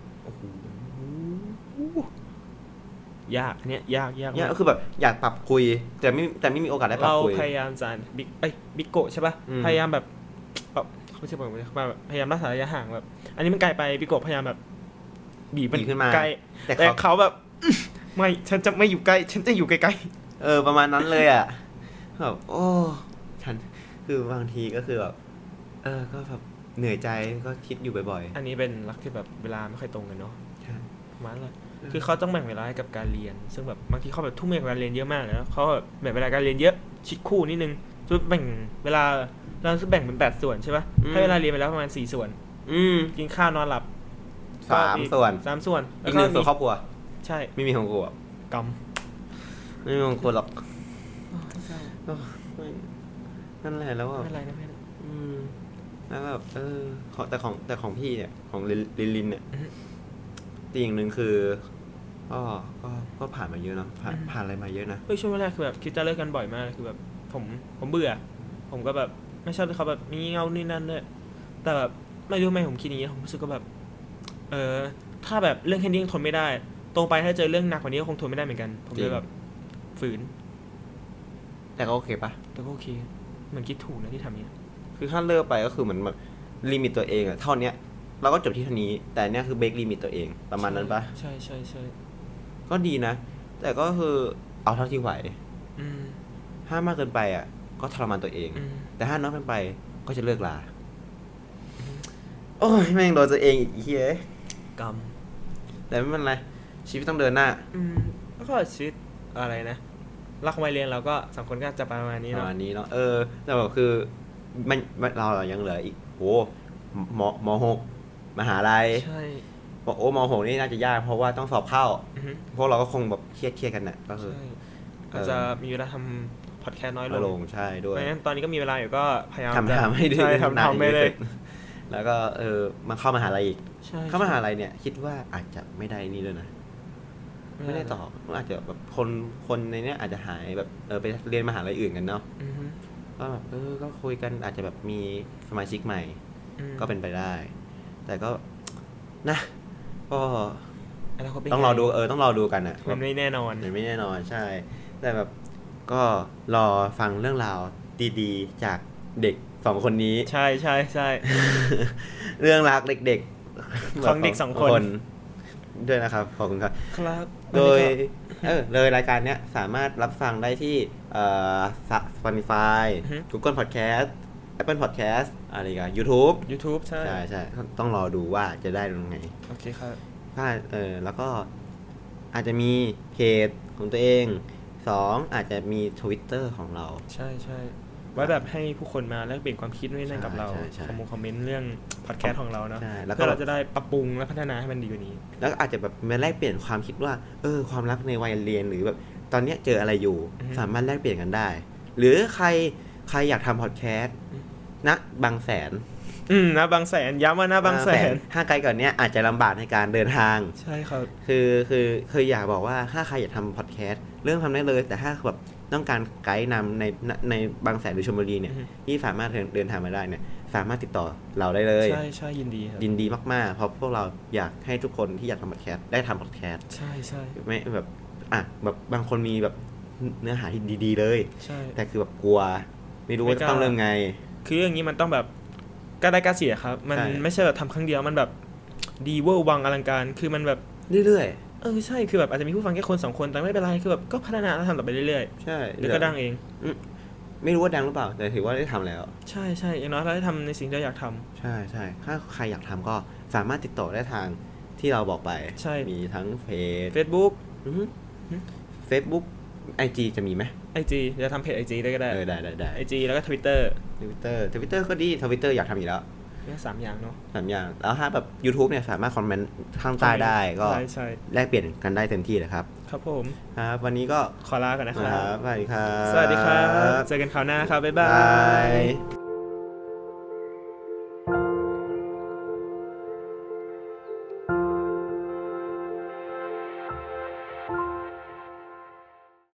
ยากเนี่ยยากยากเนี่ยก็คือแบบอยากปรับคุยแต่ไม่แต่ไม่มีโอกาสได้ปรับคุยเราพยายามจะบิ๊กไอ้บิ๊กโกใช่ป่ะพยายามแบบไม่ใช่ผมพยายามรักษาระยะห่างแบบอันนี้มันไกลไปบิ๊กโกพยายามแบบบีบมันขึ้นมาใกล้แต่เขาแบบไม่ฉันจะไม่อยู่ใกล้ฉันจะอยู่ไกลๆเออประมาณนั้นเลยอ่ะแบบโอ้ฉันคือบางทีก็คือแบบเออก็แบบเหนื่อยใจก็คิดอยู่บ่อยๆอันนี้เป็นรักที่แบบเวลาไม่ค่อยตรงกันเนาะประมาณเลยคือเขาต้องแบ่งเวลาให้กับการเรียนซึ่งแบบบางทีเขาแบบทุ่มเทกับการเรียนเยอะมากแล้วเขาแบบแบ่งเวลาการเรียนเยอะชิดคู่นิดนึงจะแบ่งเวลาเราจะแบ่งเป็นแปดส่วนใช่ป่ะให้เวลาเรียนไปแล้วประมาณสี่ส่วนกินข้าวนอนหลับสามส่วนสามส่วนอีกหนึ่งส่วนครอบครัวใช่ไม่มีของกูอ่ะกรรมไม่มีของกูหรอกนั่นแหละแล้วแบบอะไรนะเพื่อนอืมแล้วแบบเออแต่ของแต่ของพี่เนี่ยของลินลินเนี่ยตีอย่างหนึ่งคือก็ก็ก็ผ่านมาเยอะเนาะผ่านผ่านอะไรมาเยอะนะเฮ้ยช่วงแรกคือแบบคิดจะเลิกกันบ่อยมากคือแบบผมผมเบื่อผมก็แบบไม่ชอบที่เขาแบบมีเงานี่นั่นด้วยแต่แบบไม่รู้ทำไมผมคิดอย่างนี้ผมรู้สึกก็แบบเออถ้าแบบเรื่องแค่นี้ยังทนไม่ได้ตรงไปถ้าเจอเรื่องหนักกว่านี้ก็คงทนไม่ได้เหมือนกันผมเลยแบบฝืนแต่ก็โอเคปะแต่ก็โอเคเหมือนคิดถูกนะที่ทำเนี้ยคือถ้าเลิกไปก็คือเหมือนแบบลิมิตตัวเองอะเท่านี้เราก็จบที่เท่านี้แต่เนี้ยคือเบรกลิมิตตัวเองประมาณนั้นปะใช่ใช่ใช่ก็ดีนะแต่ก็คือเอาเท่าที่ไหวถ้ามากเกินไปอ่ะก็ทรมานตัวเองแต่ถ้าน้อยเกินไปก็จะเลิกลาโอ้ยแม่งโดนตัวเองอีกเฮ้ยกรรมแต่ไม่เป็นไรชีวิตต้องเดินหน้าอืมแล้วก็ชีวิตอะไรนะรักวัยเรียนเราก็สองคนก็จะประมาณนี้เนาะประมาณนี้เนาะเออแต่แบบคือมันเรายังเหลืออีกโหมมหกมหาลัยใช่โอ้มหกนี่น่าจะยากเพราะว่าต้องสอบเข้าพวกเราก็คงแบบเครียดเครียดกันน่ะก็คืออาจจะมีเวลาทำพอดแคสต์น้อยลงใช่ด้วยเพราะฉะนั้นตอนนี้ก็มีเวลาอยู่ก็พยายามทำทำให้ได้ทำทำไปเลยแล้วก็เออมาเข้ามหาลัยอีกเข้ามหาลัยเนี่ยคิดว่าอาจจะไม่ได้นี่ด้วยนะไม่ได้ต่ออาจจะแบบคนคนในนี้อาจจะหายแบบเออไปเรียนมหาลัยอื่นกันเนาะก็แบบเออก็คุยกันอาจจะแบบมีสมาชิกใหม่ก็เป็นไปได้แต่ก็นะก็ต้องรอดูเออต้องรอดูกันอ่ะมันไม่แน่นอนมันไม่แน่นอนใช่แต่แบบก็รอฟังเรื่องราวดีๆจากเด็กสองคนนี้ใช่ใช่ใช่เรื่องรักเด็กๆของเด็กสองคนด้วยนะครับขอบคุณครับครับโดยเออเลยรายการเนี้ยสามารถรับฟังได้ที่เอ่อ Spotify Google Podcast Apple Podcast อะไรกัน YouTube YouTube ใช่ใช่ใช่ต้องรอดูว่าจะได้ยังไงโอเคครับถ้าเออแล้วก็อาจจะมีเพจของตัวเองสองอาจจะมี Twitter ของเราใช่ใช่ไว้แบบให้ผู้คนมาแลกเปลี่ยนความคิดด้วยนั่นกับเราใช่ใช่คอมมงคอมเมนต์เรื่องพอดแคสต์ของเราเนาะใช่แล้วก็เพื่อเราจะได้ปรับปรุงและพัฒนาให้มันดีกว่านี้แล้วก็อาจจะแบบมาแลกเปลี่ยนความคิดว่าเออความรักในวัยเรียนหรือแบบตอนเนี้ยเจออะไรอยู่อือฮึสามารถแลกเปลี่ยนกันได้ หรือใครใครอยากทำพอดแคสต์ณบางแสนอืมนะบางแสนย้ำว่านะบางแสนถ้าไกลกว่อนเนี้ยอาจจะลำบากในการเดินทางใช่ครับคือคือคืออยากบอกว่าถ้าใครอยากทำพอดแคสต์เริ่มทำได้เลย แต่ถ้าแบบต้องการไกด์นำในในในบางแสนหรือชลบุรีเนี่ยอือฮึที่สามารถเดินเดินทางมาได้เนี่ยสามารถติดต่อเราได้เลยใช่ใช่ยินดีครับยินดีมากๆ เพราะพวกเราอยากให้ทุกคนที่อยากทำพอดแคสต์ได้ทำพอดแคสต์ใช่ใช่ไม่แบบอ่ะแบบบางคนมีแบบเนื้อหาที่ดีๆเลยใช่แต่คือแบบกลัว ไม่รู้ว่าจะต้องเริ่มไงคืออย่างนี้มันต้องแบบกล้าได้กล้าเสียครับ มันใช่ไม่ใช่แบบทำครั้งเดียวมันแบบดีเวอร์วังอลังการคือมันแบบเรื่อยเออใช่คือแบบอาจจะมีผู้ฟังแค่คนสองคนแต่ไม่เป็นไรคือแบบก็พัฒนาและทำต่อไปเรื่อยๆ ใช่ๆเดี๋ยวก็ดังเองไม่รู้ว่าดังหรือเปล่า แต่ถือว่าได้ทำแล้วใช่ใช่อย่างน้อยเราได้ทำในสิ่งที่เราอยากทำใช่ใช่ถ้าใครอยากทำก็สามารถติดต่อได้ทางที่เราบอกไปใช่มีทั้งเพจ Facebook เฟซบุ๊กไอจีจะมีไหมไอจีจะทำเพจ ไอ จี ได้ก็ได้เออได้ได้ได้ไอ จี แล้วก็ Twitter ทวิตเตอร์ทวิตเตอร์ก็ดีทวิตเตอร์อยากทำอีกแล้วเนี่ยสามอย่างเนาะสามอย่าง แล้วถ้าแบบ YouTube เนี่ยสามารถคอมเมนต์ข้างใต้ได้ก็ใช่ใช่แลกเปลี่ยนกันได้เต็มที่เลยครับครับผมครับ วันนี้ก็ขอลาก่อนนะครับสวัสดีครับสวัสดีครับ เจอกันคราวหน้าครับ บ๊ายบาบาย ย